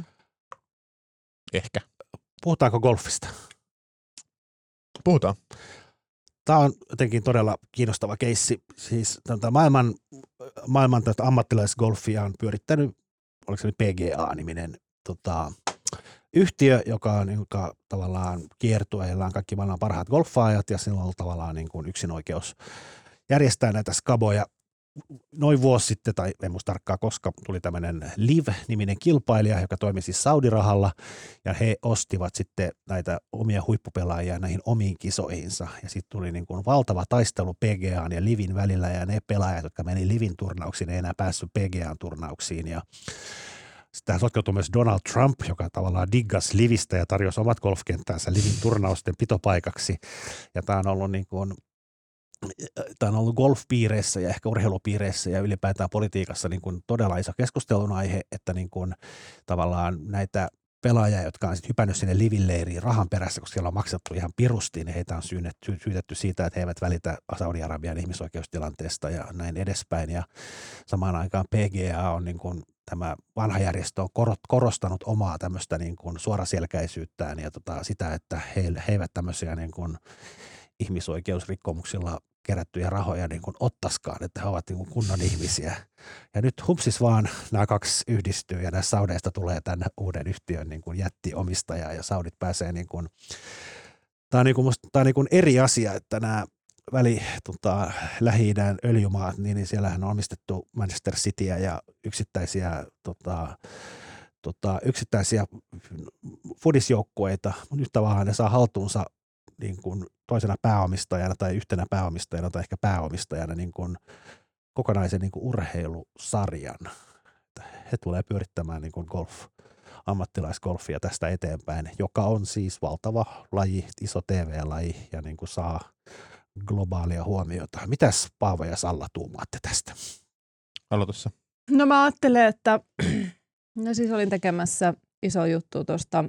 Ehkä. Puhutaanko golfista? Puhutaan. Tämä on jotenkin todella kiinnostava keissi. Siis tota, maailman, maailman tästä ammattilaisgolfia on pyörittänyt, oliko se nyt P G A-niminen tota, yhtiö, joka on joka tavallaan kiertueilla on kaikki maailman parhaat golfaajat ja sillä on tavallaan niin kuin yksinoikeus järjestää näitä skaboja. Noin vuosi sitten, tai en muista tarkkaan koska, tuli tämmöinen Live-niminen kilpailija, joka toimi siis Saudi-rahalla, ja he ostivat sitten näitä omia huippupelaajia näihin omiin kisoihinsa, ja sitten tuli niin kuin valtava taistelu P G A:n ja Livin välillä, ja ne pelaajat, jotka meni Livin turnauksiin, ei enää päässyt P G A:n turnauksiin, ja tähän sotkeutui myös Donald Trump, joka tavallaan diggasi Livistä ja tarjosi omat golfkenttänsä Livin turnausten pitopaikaksi, ja tämä on ollut niin kuin Tämä on ollut golfpiireissä ja ehkä urheilupiireissä ja ylipäätään politiikassa niin kuin todella iso keskustelun aihe, että niin kuin tavallaan näitä pelaajia, jotka on sitten hypännyt sinne livilleiriin rahan perässä, koska siellä on maksettu ihan pirusti, niin heitä on syytetty, syytetty siitä, että he eivät välitä Saudi-Arabian ihmisoikeustilanteesta ja näin edespäin. Ja samaan aikaan P G A on niin kuin tämä vanha järjestö on korostanut omaa tämmöistä niin kuin suoraselkäisyyttään ja tota sitä, että he, he eivät tämmöisiä niin kuin ihmisoikeusrikkomuksilla kerättyjä rahoja niin kuin ottaskaan, että he ovat niin kuin kunnon ihmisiä. Ja nyt hupsis vaan nämä kaksi yhdistyy ja näistä Saudeista tulee tämän uuden yhtiön niin kuin jättiomistaja ja Saudit pääsee niin kuin, tämä on, niin kuin musta, tämä on niin kuin eri asia, että nämä väli tota, Lähi-idän öljymaat, niin, niin siellähän on omistettu Manchester Cityä ja yksittäisiä tota, tota, yksittäisiä fudisjoukkueita, mutta nyt tavallaan ne saa haltuunsa niin kuin toisena pääomistajana tai yhtenä pääomistajana tai ehkä pääomistajana niin kuin kokonaisen niin kuin urheilusarjan. He tulee pyörittämään niin kuin golf, ammattilaisgolfia tästä eteenpäin, joka on siis valtava laji, iso T V-laji ja niin kuin saa globaalia huomiota. Mitäs Paavo ja Salla tuumaatte tästä? Aloitussa. No mä ajattelen, että no siis olin tekemässä iso juttu tuosta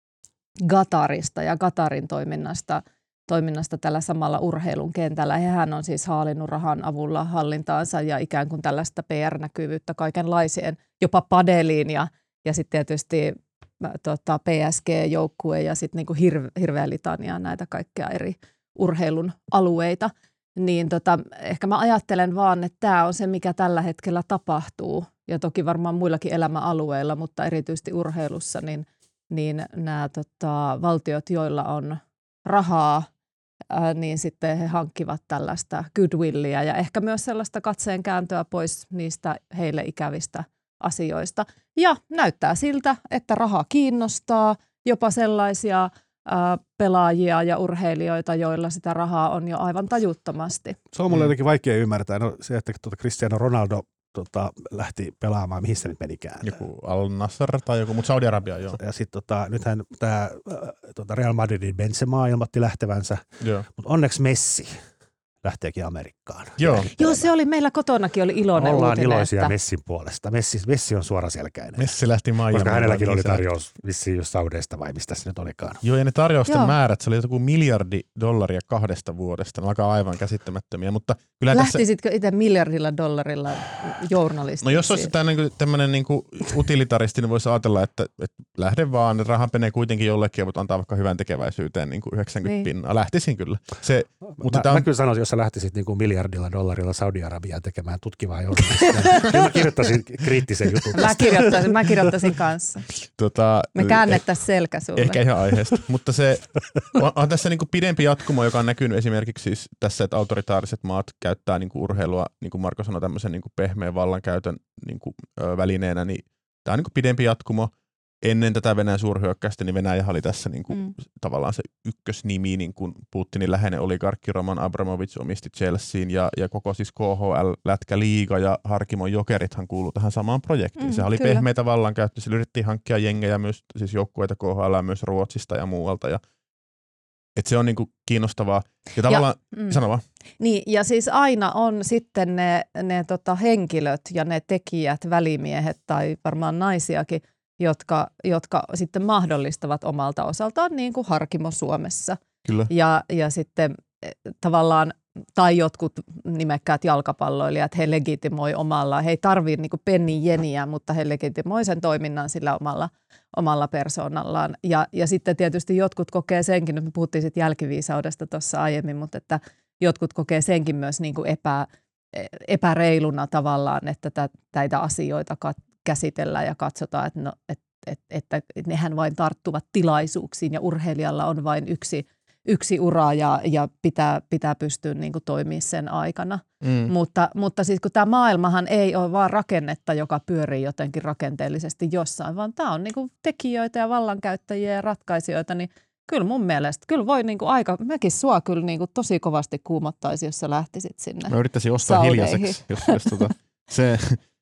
Qatarista ja Qatarin toiminnasta, toiminnasta tällä samalla urheilun kentällä. Hehän on siis haalinnut rahan avulla hallintaansa ja ikään kuin tällaista P R-näkyvyyttä kaikenlaiseen, jopa padeliin ja, ja sitten tietysti tota, P S G-joukkue ja sitten niinku hirve, hirveä litania näitä kaikkia eri urheilun alueita. Niin tota, ehkä mä ajattelen vaan, että tämä on se, mikä tällä hetkellä tapahtuu ja toki varmaan muillakin elämäalueilla, mutta erityisesti urheilussa, niin niin nämä tota, valtiot, joilla on rahaa, ää, niin sitten he hankkivat tällaista goodwillia ja ehkä myös sellaista katseen kääntöä pois niistä heille ikävistä asioista. Ja näyttää siltä, että raha kiinnostaa jopa sellaisia ää, pelaajia ja urheilijoita, joilla sitä rahaa on jo aivan tajuttomasti. Se on mulle jotenkin vaikea ymmärtää. No, se, että tuota Cristiano Ronaldo tota, lähti pelaamaan, mihin se nyt menikään. Joku Al-Nassr tai joku, mutta Saudi-Arabia joo. Ja sitten tota, nythän tämä tota Real Madridin Benzema ilmoitti lähtevänsä, mutta onneksi Messi lähteekin Amerikkaan. Joo. Joo, se oli meillä kotonakin oli iloinen Ollaan uutinen. iloisia että... Messin puolesta. Messi, Messi on suoraselkäinen. Messi lähti Miamiin. Koska hänelläkin oli tarjous vissiin just Saudeista vai mistä se nyt olikaan. Joo, ja ne tarjousten Joo. määrät, se oli joku miljardi dollaria kahdesta vuodesta. Ne alkaa aivan käsittämättömiä, mutta kyllä Lähtisitkö tässä... itse miljardilla dollarilla journalistiksi? No jos olisi tämmöinen niin kuin utilitaristi, niin voisi ajatella, että, että lähde vaan, että rahan menee kuitenkin jollekin ja voit antaa vaikka hyvän tekeväisyyteen niin kuin yhdeksänkymmentä niin. pinnaa. Lähtisin kyllä. Se, mutta mä, tämä on... mä kyllä sanoisin, jos sä lähtisit niin kuin miljardilla dollarilla Saudi-Arabiaan tekemään tutkivaa journalistia, niin mä kirjoittaisin kriittisen jutun tästä. Mä kirjoittaisin, mä kirjoittaisin kanssa. Tota, Me käännettäisiin selkä sulle. Ehkä ihan aiheesta, mutta se on, on tässä niin kuin pidempi jatkumo, joka on näkynyt esimerkiksi siis tässä, että autoritaariset maat käyttää niin kuin urheilua, niin kuin Marko sanoi, tämmöisen niin kuin pehmeän vallankäytön niin kuin, ö, välineenä, niin tämä on niin kuin pidempi jatkumo. Ennen tätä Venäjän suurhyökkäystä, niin Venäjä oli tässä niin kuin, mm. tavallaan se ykkösnimi, niin kuin Putinin läheinen oligarkki Roman Abramovich omisti Chelseain ja, ja koko siis K H L-lätkäliiga ja Harkimon Jokerithan kuuluu tähän samaan projektiin. Mm, se oli kyllä. pehmeitä vallankäyttöä, sillä yritettiin hankkia jengejä myös, siis joukkueita K H L myös Ruotsista ja muualta. Ja, et se on niin kuin kiinnostavaa. Ja tavallaan, ja, mm. sano vaan. Niin, ja siis aina on sitten ne, ne tota, henkilöt ja ne tekijät, välimiehet tai varmaan naisiakin, Jotka, jotka sitten mahdollistavat omalta osaltaan niin kuin Harkimo Suomessa. Kyllä. Ja, ja sitten tavallaan, tai jotkut nimekkäät jalkapalloilijat, he legitimoi omalla, he ei tarvitse niin kuin pennin jeniä, mutta he legitimoi sen toiminnan sillä omalla, omalla persoonallaan. Ja, ja sitten tietysti jotkut kokee senkin, nyt me puhuttiin sitten jälkiviisaudesta tuossa aiemmin, mutta että jotkut kokee senkin myös niin kuin epä, epäreiluna tavallaan, että näitä asioita kat- käsitellään ja katsotaan, että, no, että, että, että nehän vain tarttuvat tilaisuuksiin ja urheilijalla on vain yksi, yksi ura ja, ja pitää, pitää pystyä niin kuin toimimaan sen aikana. Mm. Mutta, mutta siis kun tämä maailmahan ei ole vaan rakennetta, joka pyörii jotenkin rakenteellisesti jossain, vaan tämä on niin kuin tekijöitä ja vallankäyttäjiä ja ratkaisijoita, niin kyllä mun mielestä, kyllä voi niin kuin aika, mäkin sua kyllä niin kuin tosi kovasti kuumottaisi, jos sä lähtisit sinne. Mä yrittäisin ostaa Saudeihin. Hiljaiseksi, jos, jos tota, se...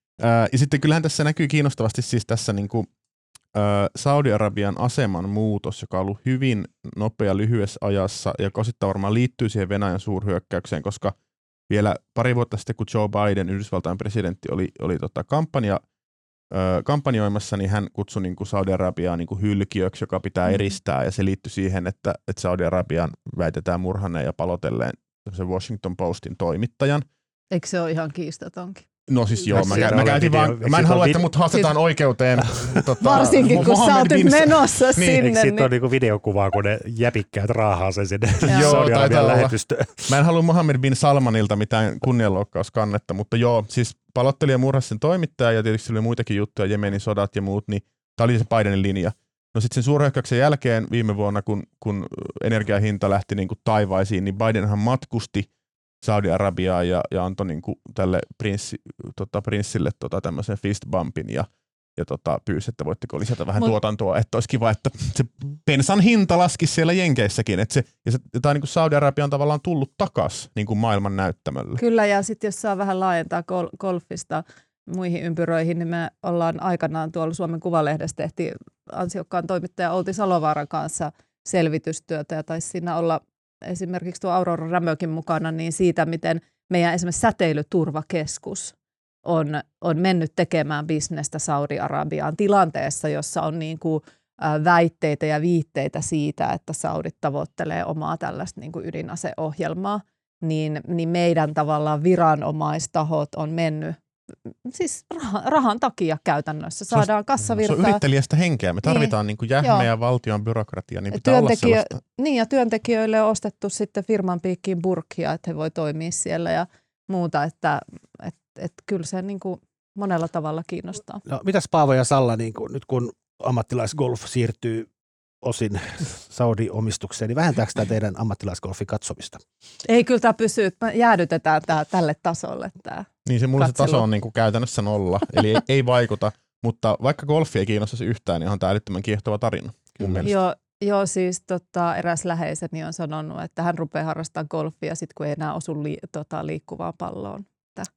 Ja sitten kyllähän tässä näkyy kiinnostavasti siis tässä niin kuin, äh, Saudi-Arabian aseman muutos, joka on ollut hyvin nopea lyhyessä ajassa ja osittain varmaan liittyy siihen Venäjän suurhyökkäykseen, koska vielä pari vuotta sitten, kun Joe Biden, Yhdysvaltain presidentti, oli, oli tota kampanja, äh, kampanjoimassa, niin hän kutsui niin kuin Saudi-Arabiaa niin kuin hylkiöksi, joka pitää mm. eristää, ja se liittyi siihen, että, että Saudi-Arabian väitetään murhanneen ja palotelleen se Washington Postin toimittajan. Eikö se ole ihan kiistatonkin? No siis joo, mä, mä, mä käytin vaan, mä en halua, että mut haastetaan siis, oikeuteen. Tota, varsinkin, kun sä oot nyt menossa niin. sinne. Eikö siitä niin. ole niinku videokuvaa, kun ne jäpikkäät raahaa sen sinne Saudi-Arabian lähetystöön? Mä en halua Mohammed bin Salmanilta mitään kunnianloukkauskannetta, mutta joo, siis palottelija murhasi sen toimittaja ja tietysti oli muitakin juttuja, Jemenin sodat ja muut, niin tää oli se Bidenin linja. No sitten sen suurhyökkäyksen jälkeen viime vuonna, kun, kun energiahinta lähti niinku taivaisiin, niin Bidenhan matkusti Saudi-Arabiaa ja, ja antoi niin kuin tälle prinssi, tota, prinssille tota, tämmöisen fist bumpin ja, ja tota, pyysi, että voitteko lisätä vähän Mut, tuotantoa, että olisi kiva, että se bensan hinta laskisi siellä Jenkeissäkin. Että se, ja se, tämä niin kuin Saudi-Arabia on tavallaan tullut takaisin niin kuin maailman näyttämölle. Kyllä, ja sitten jos saa vähän laajentaa gol- golfista muihin ympyröihin, niin me ollaan aikanaan tuolla Suomen Kuvalehdessä tehtiin ansiokkaan toimittaja Outi Salovaaran kanssa selvitystyötä ja taisi siinä olla esimerkiksi tuo Aurora Rämökin mukana, niin siitä, miten meidän esimerkiksi säteilyturvakeskus on, on mennyt tekemään bisnestä Saudi-Arabiaan tilanteessa, jossa on niin kuin, ä, väitteitä ja viitteitä siitä, että Saudit tavoittelee omaa tällaista niin kuin ydinaseohjelmaa, niin, niin meidän tavallaan viranomaistahot on mennyt siis rahan, rahan takia käytännössä. Saadaan kassavirtaa. Se on yrittelijästä henkeä. Me tarvitaan niin, niin jähmeä valtion byrokratia, niin pitää Työntekijö, olla sellaista. Niin, ja työntekijöille on ostettu sitten firman piikkiin burkkia, että he voi toimia siellä ja muuta, että et, et kyllä se niin kuin monella tavalla kiinnostaa. No, mitäs Paavo ja Salla, niin kun, nyt kun ammattilaisgolf siirtyy osin Saudi-omistukseen, niin vähentääkö tämä teidän ammattilaisgolfin katsomista? Ei, kyllä tämä pysyy, me jäädytetään tämä tälle tasolle. Tämä niin se mulla katselu. Se taso on niin kuin käytännössä nolla, eli ei, ei vaikuta, mutta vaikka golfi ei kiinnostaisi yhtään, niin on tämä älyttömän kiehtova tarina. Joo, joo, siis tota, eräs läheiseni on sanonut, että hän rupeaa harrastamaan golfia sit kun ei enää osu li, tota, liikkuvaan palloon.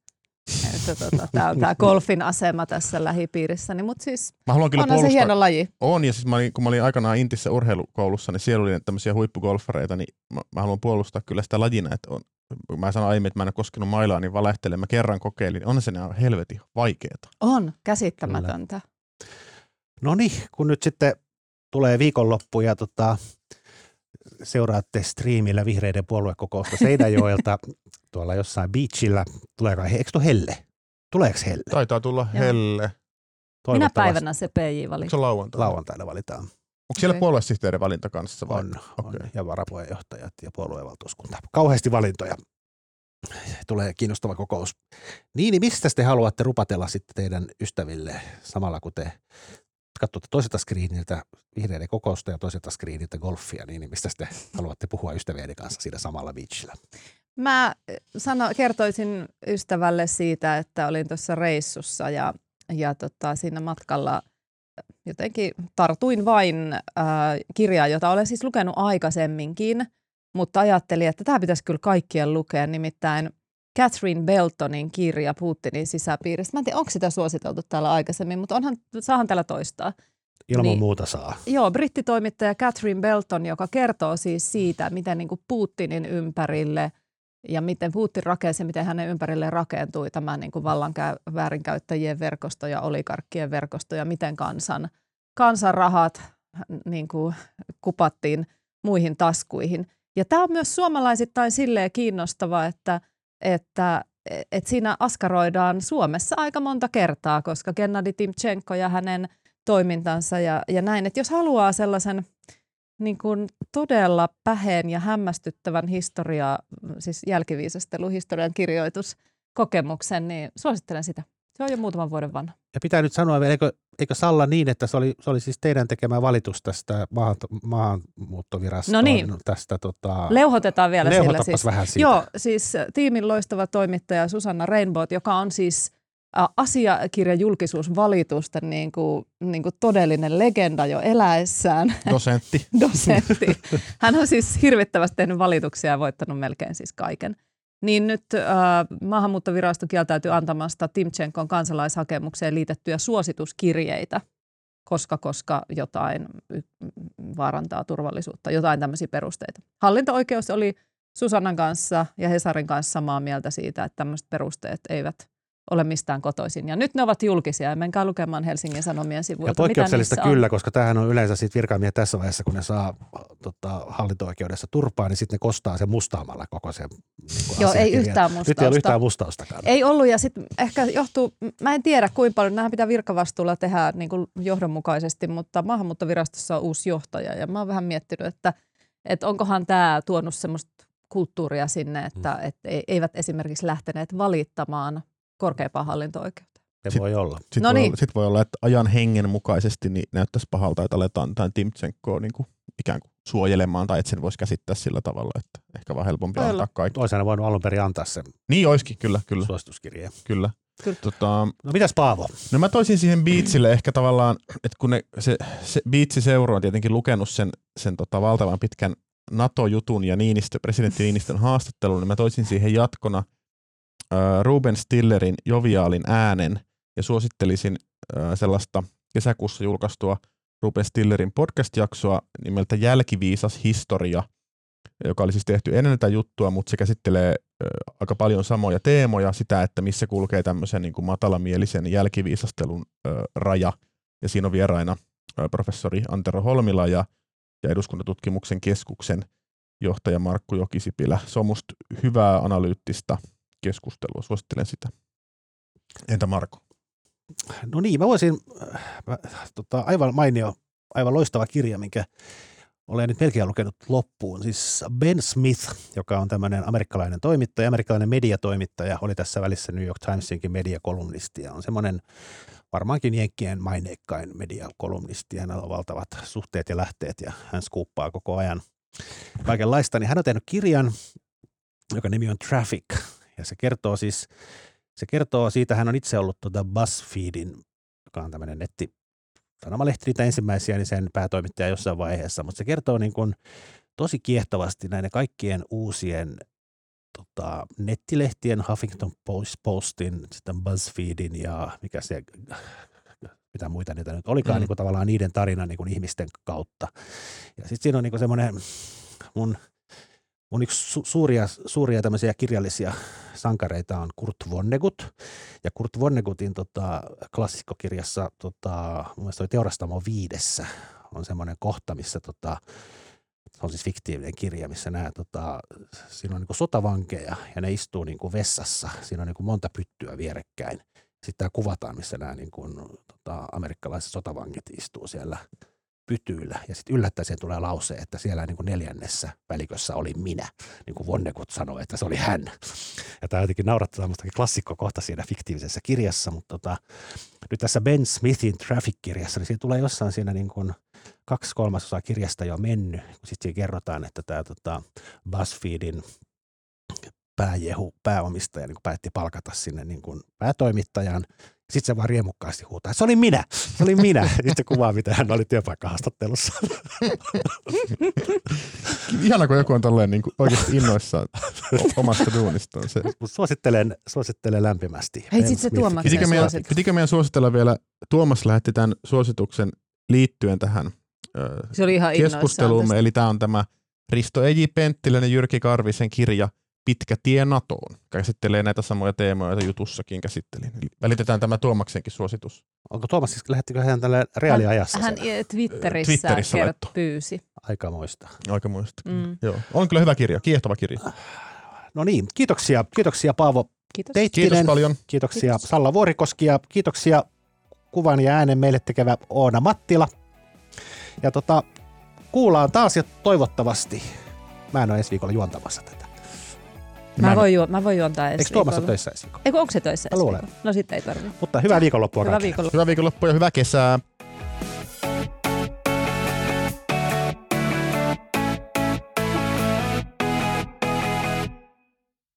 että tota, tämä on tämä golfin asema tässä lähipiirissäni, mutta siis Mä haluan kyllä onhan se puolustaa. hieno laji. On, ja siis mä olin, kun mä olin aikanaan Intissä urheilukoulussa, niin siellä oli tämmöisiä huippugolfareita, niin mä, mä haluan puolustaa kyllä sitä lajina, että on, mä sanoin aiemmin, että mä en ole koskenut mailaa, niin valehtelen, mä kerran kokeilin, niin on se ne helvetin vaikeeta. On, käsittämätöntä. No niin, kun nyt sitten tulee viikonloppu ja tota, seuraatte striimillä vihreiden puoluekokousta Seinäjoelta tuolla jossain beachillä. Tuleeko, eikö tuo helle? Tuleeko helle? Taitaa tulla Joo. helle. Minä päivänä se P J Onko valitaan? se lauantaina? Lauantaina valitaan. Onko siellä Okei. puoluesihteerin valinta kanssa? Vai? On, on Okei. ja varapuheenjohtajat ja puoluevaltuuskunta. Kauheasti valintoja. Tulee kiinnostava kokous. Niin, niin mistä te haluatte rupatella sitten teidän ystäville samalla kun te katsotte toiselta screeniltä vihreiden kokousta ja toiselta screeniltä golfia, niin, niin mistä te haluatte puhua ystävien kanssa siinä samalla beachillä? Mä sano, kertoisin ystävälle siitä, että olin tuossa reissussa ja, ja tota, siinä matkalla jotenkin tartuin vain äh, kirjaa, jota olen siis lukenut aikaisemminkin, mutta ajattelin, että tämä pitäisi kyllä kaikkien lukea, nimittäin Catherine Beltonin kirja Putinin sisäpiiristä. Mä en tiedä, onko sitä suositeltu täällä aikaisemmin, mutta onhan, saahan täällä toistaa. Ilman Niin. muuta saa. Joo, brittitoimittaja Catherine Belton, joka kertoo siis siitä, miten niin kuin Putinin ympärille ja miten Putin rakensi, miten hänen ympärille rakentui tämä niin kuin vallan käy- väärinkäyttäjien verkosto ja oligarkkien verkosto ja miten kansan, kansan rahat niin kuin kupattiin muihin taskuihin. Ja tämä on myös suomalaisittain silleen kiinnostavaa, että, että, että siinä askaroidaan Suomessa aika monta kertaa, koska Gennadi Timchenko ja hänen toimintansa ja, ja näin, että jos haluaa sellaisen niin kuin todella päheen ja hämmästyttävän historia, siis jälkiviisasteluhistorian kirjoituskokemuksen, niin suosittelen sitä. Se on jo muutaman vuoden vanha. Ja pitää nyt sanoa vielä, eikö, eikö Salla niin, että se oli, se oli siis teidän tekemä valitus tästä maahan, maahanmuuttoviraston No niin. tästä tota... Leuhotetaan vielä sillä Leuhotapas siis. vähän siitä. Joo, siis tiimin loistava toimittaja Susanna Rainbow, joka on siis ä, asiakirjajulkisuusvalitusten niin kuin, niin kuin todellinen legenda jo eläessään. Dosentti. Dosentti. Hän on siis hirvittävästi tehnyt valituksia ja voittanut melkein siis kaiken. Niin nyt äh, maahanmuuttovirasto kieltäytyy antamasta Timchenkon kansalaishakemukseen liitettyjä suosituskirjeitä, koska, koska jotain vaarantaa turvallisuutta, jotain tämmöisiä perusteita. Hallinto-oikeus oli Susannan kanssa ja Hesarin kanssa samaa mieltä siitä, että tämmöiset perusteet eivät ole mistään kotoisin. Ja nyt ne ovat julkisia ja menkää lukemaan Helsingin Sanomien sivuilta. Ja poikkeuksellista mitä kyllä, koska tämähän on yleensä siitä virkamiehet tässä vaiheessa, kun ne saa tota, hallinto-oikeudessa turpaa, niin sitten ne kostaa sen mustaamalla koko sen niin Joo, ei asiakirjan. yhtään mustausta. Nyt ei ole yhtään mustaustakaan. Ei ollut ja sitten ehkä johtuu, mä en tiedä kuinka paljon, nämä pitää virkavastuulla tehdä niin kuin johdonmukaisesti, mutta maahanmuuttovirastossa on uusi johtaja ja mä oon vähän miettinyt, että, että onkohan tämä tuonut semmoista kulttuuria sinne, että, mm. että eivät esimerkiksi lähteneet valittamaan korkeimpaan hallinto-oikeuteen. Se voi olla. Sitten No voi, niin. olla, sit voi olla, että ajan hengen mukaisesti niin näyttäisi pahalta, että aletaan jotain Timchenkoa niin kuin ikään kuin suojelemaan tai että sen voisi käsittää sillä tavalla, että ehkä vaan helpompi Voi antaa olla. kaikki. Toisena voinut alun perin antaa sen Niin olisikin, kyllä, kyllä, suosituskirjeen. kyllä. Kyllä. Tota, No mitäs Paavo? no mä toisin siihen Beatsille ehkä tavallaan, että kun ne, se, se Beatsi-seura on tietenkin lukenut sen, sen tota valtavan pitkän NATO-jutun ja Niinistö, presidentti Niinistön haastattelun, niin mä toisin siihen jatkona äh, Ruben Stillerin joviaalin äänen ja suosittelisin äh, sellaista kesäkuussa julkaistua Ruben Stillerin podcast-jaksoa nimeltä Jälkiviisas historia, joka oli siis tehty ennen tätä juttua, mutta se käsittelee äh, aika paljon samoja teemoja, sitä, että missä kulkee tämmöisen niin kuin matalamielisen jälkiviisastelun äh, raja, ja siinä on vieraina äh, professori Antero Holmila ja, ja eduskuntatutkimuksen keskuksen johtaja Markku Jokisipilä. Se on musta hyvää analyyttistä keskustelua, suosittelen sitä. Entä Marko? No niin, mä voisin, mä, tota, aivan mainio, aivan loistava kirja, minkä olen nyt melkein lukenut loppuun. Siis Ben Smith, joka on tämmöinen amerikkalainen toimittaja, amerikkalainen mediatoimittaja, oli tässä välissä New York Timesinkin mediakolumnisti ja on semmoinen varmaankin jenkkien maineikkain mediakolumnisti. Hänellä on valtavat suhteet ja lähteet ja hän skuuppaa koko ajan kaikenlaista. Niin hän on tehnyt kirjan, joka nimi on Traffic ja se kertoo siis Se kertoo siitä, hän on itse ollut tuota BuzzFeedin, joka on tämmöinen netti, sanomalehti niitä ensimmäisiä, niin sen päätoimittaja jossain vaiheessa, mutta se kertoo niin kuin tosi kiehtovasti näiden kaikkien uusien tota, nettilehtien, Huffington Postin, sitten BuzzFeedin ja mikä se, mitä muita niitä nyt olikaan, mm. niin kuin tavallaan niiden tarina niin kuin ihmisten kautta. Ja sitten siinä on niin kuin semmoinen mun, mun yksi su- suuria, suuria tämmöisiä kirjallisia sankareita on Kurt Vonnegut. Ja Kurt Vonnegutin tota, klassikkokirjassa, tota, mun mielestä oli Teurastamo viidessä, on semmoinen kohta, missä tota, se on siis fiktiivinen kirja, missä nämä, tota, siinä on niin kuin sotavankeja ja ne istuu niin kuin vessassa. Siinä on niin kuin monta pyttyä vierekkäin. Sitten tämä kuvataan, missä nämä niin kuin, tota, amerikkalaiset sotavangit istuu siellä pytyillä. Ja sitten yllättäen siihen tulee lause, että siellä niin kuin neljännessä välikössä oli minä. Niin kuin Vonnegut sanoi, että se oli hän. Ja tämä jotenkin naurattaa tämmöistäkin klassikkokohta siinä fiktiivisessä kirjassa. Mutta tota, nyt tässä Ben Smithin Traffic-kirjassa, niin siinä tulee jossain siinä niin kuin kaksi kolmasosaa kirjasta jo mennyt. Sitten siinä kerrotaan, että tämä tota, BuzzFeedin pääjehu, pääomistaja niin päätti palkata sinne niin kuin päätoimittajan. Sitten se vaan riemukkaasti huutaa, se oli minä, se oli minä. Sitten kuvaa, mitä hän oli työpaikkahaastattelussa. Ihana, kun joku on tolleen niin kuin oikeasti innoissaan omasta duunistaan. Se. Suosittelen, suosittelen lämpimästi. Hei, sitten se Tuomaksen pitikö meidän, suositus. pitikö meidän suositella vielä, Tuomas lähetti tämän suosituksen liittyen tähän se oli ihan keskusteluumme. Eli tämä on tämä Risto Eji Penttilän ja Jyrki Karvisen kirja Pitkä tie NATOon. Käsittelee näitä samoja teemoja, joita jutussakin käsittelin. Eli välitetään tämä Tuomaksenkin suositus. Onko Tuomas, siis lähettikö hän tälle reaaliajassa? Hän, hän Twitterissä, Twitterissä kert- pyysi. Aikamoista. Aikamoista. Mm. Joo. On kyllä hyvä kirja, kiehtova kirja. No niin, kiitoksia. Kiitoksia Paavo Kiitos. Teittinen. Kiitos paljon. Kiitoksia Kiitos. Salla Vuorikoski ja kiitoksia kuvan ja äänen meille tekevä Oona Mattila. Ja tota, kuullaan taas ja toivottavasti. Mä en ole ensi viikolla juontamassa tätä. Mä, mä, voin, ju- mä voin juontaa ensi Eikö Tuomas ole viikolla. töissä ensi viikolla? Eikö, onko se töissä Mä ensi luulen. viikolla? No sitten ei tarvitse. Mutta hyvää viikonloppua Hyvää kaikille. viikonloppua. Hyvää viikonloppua ja hyvää kesää.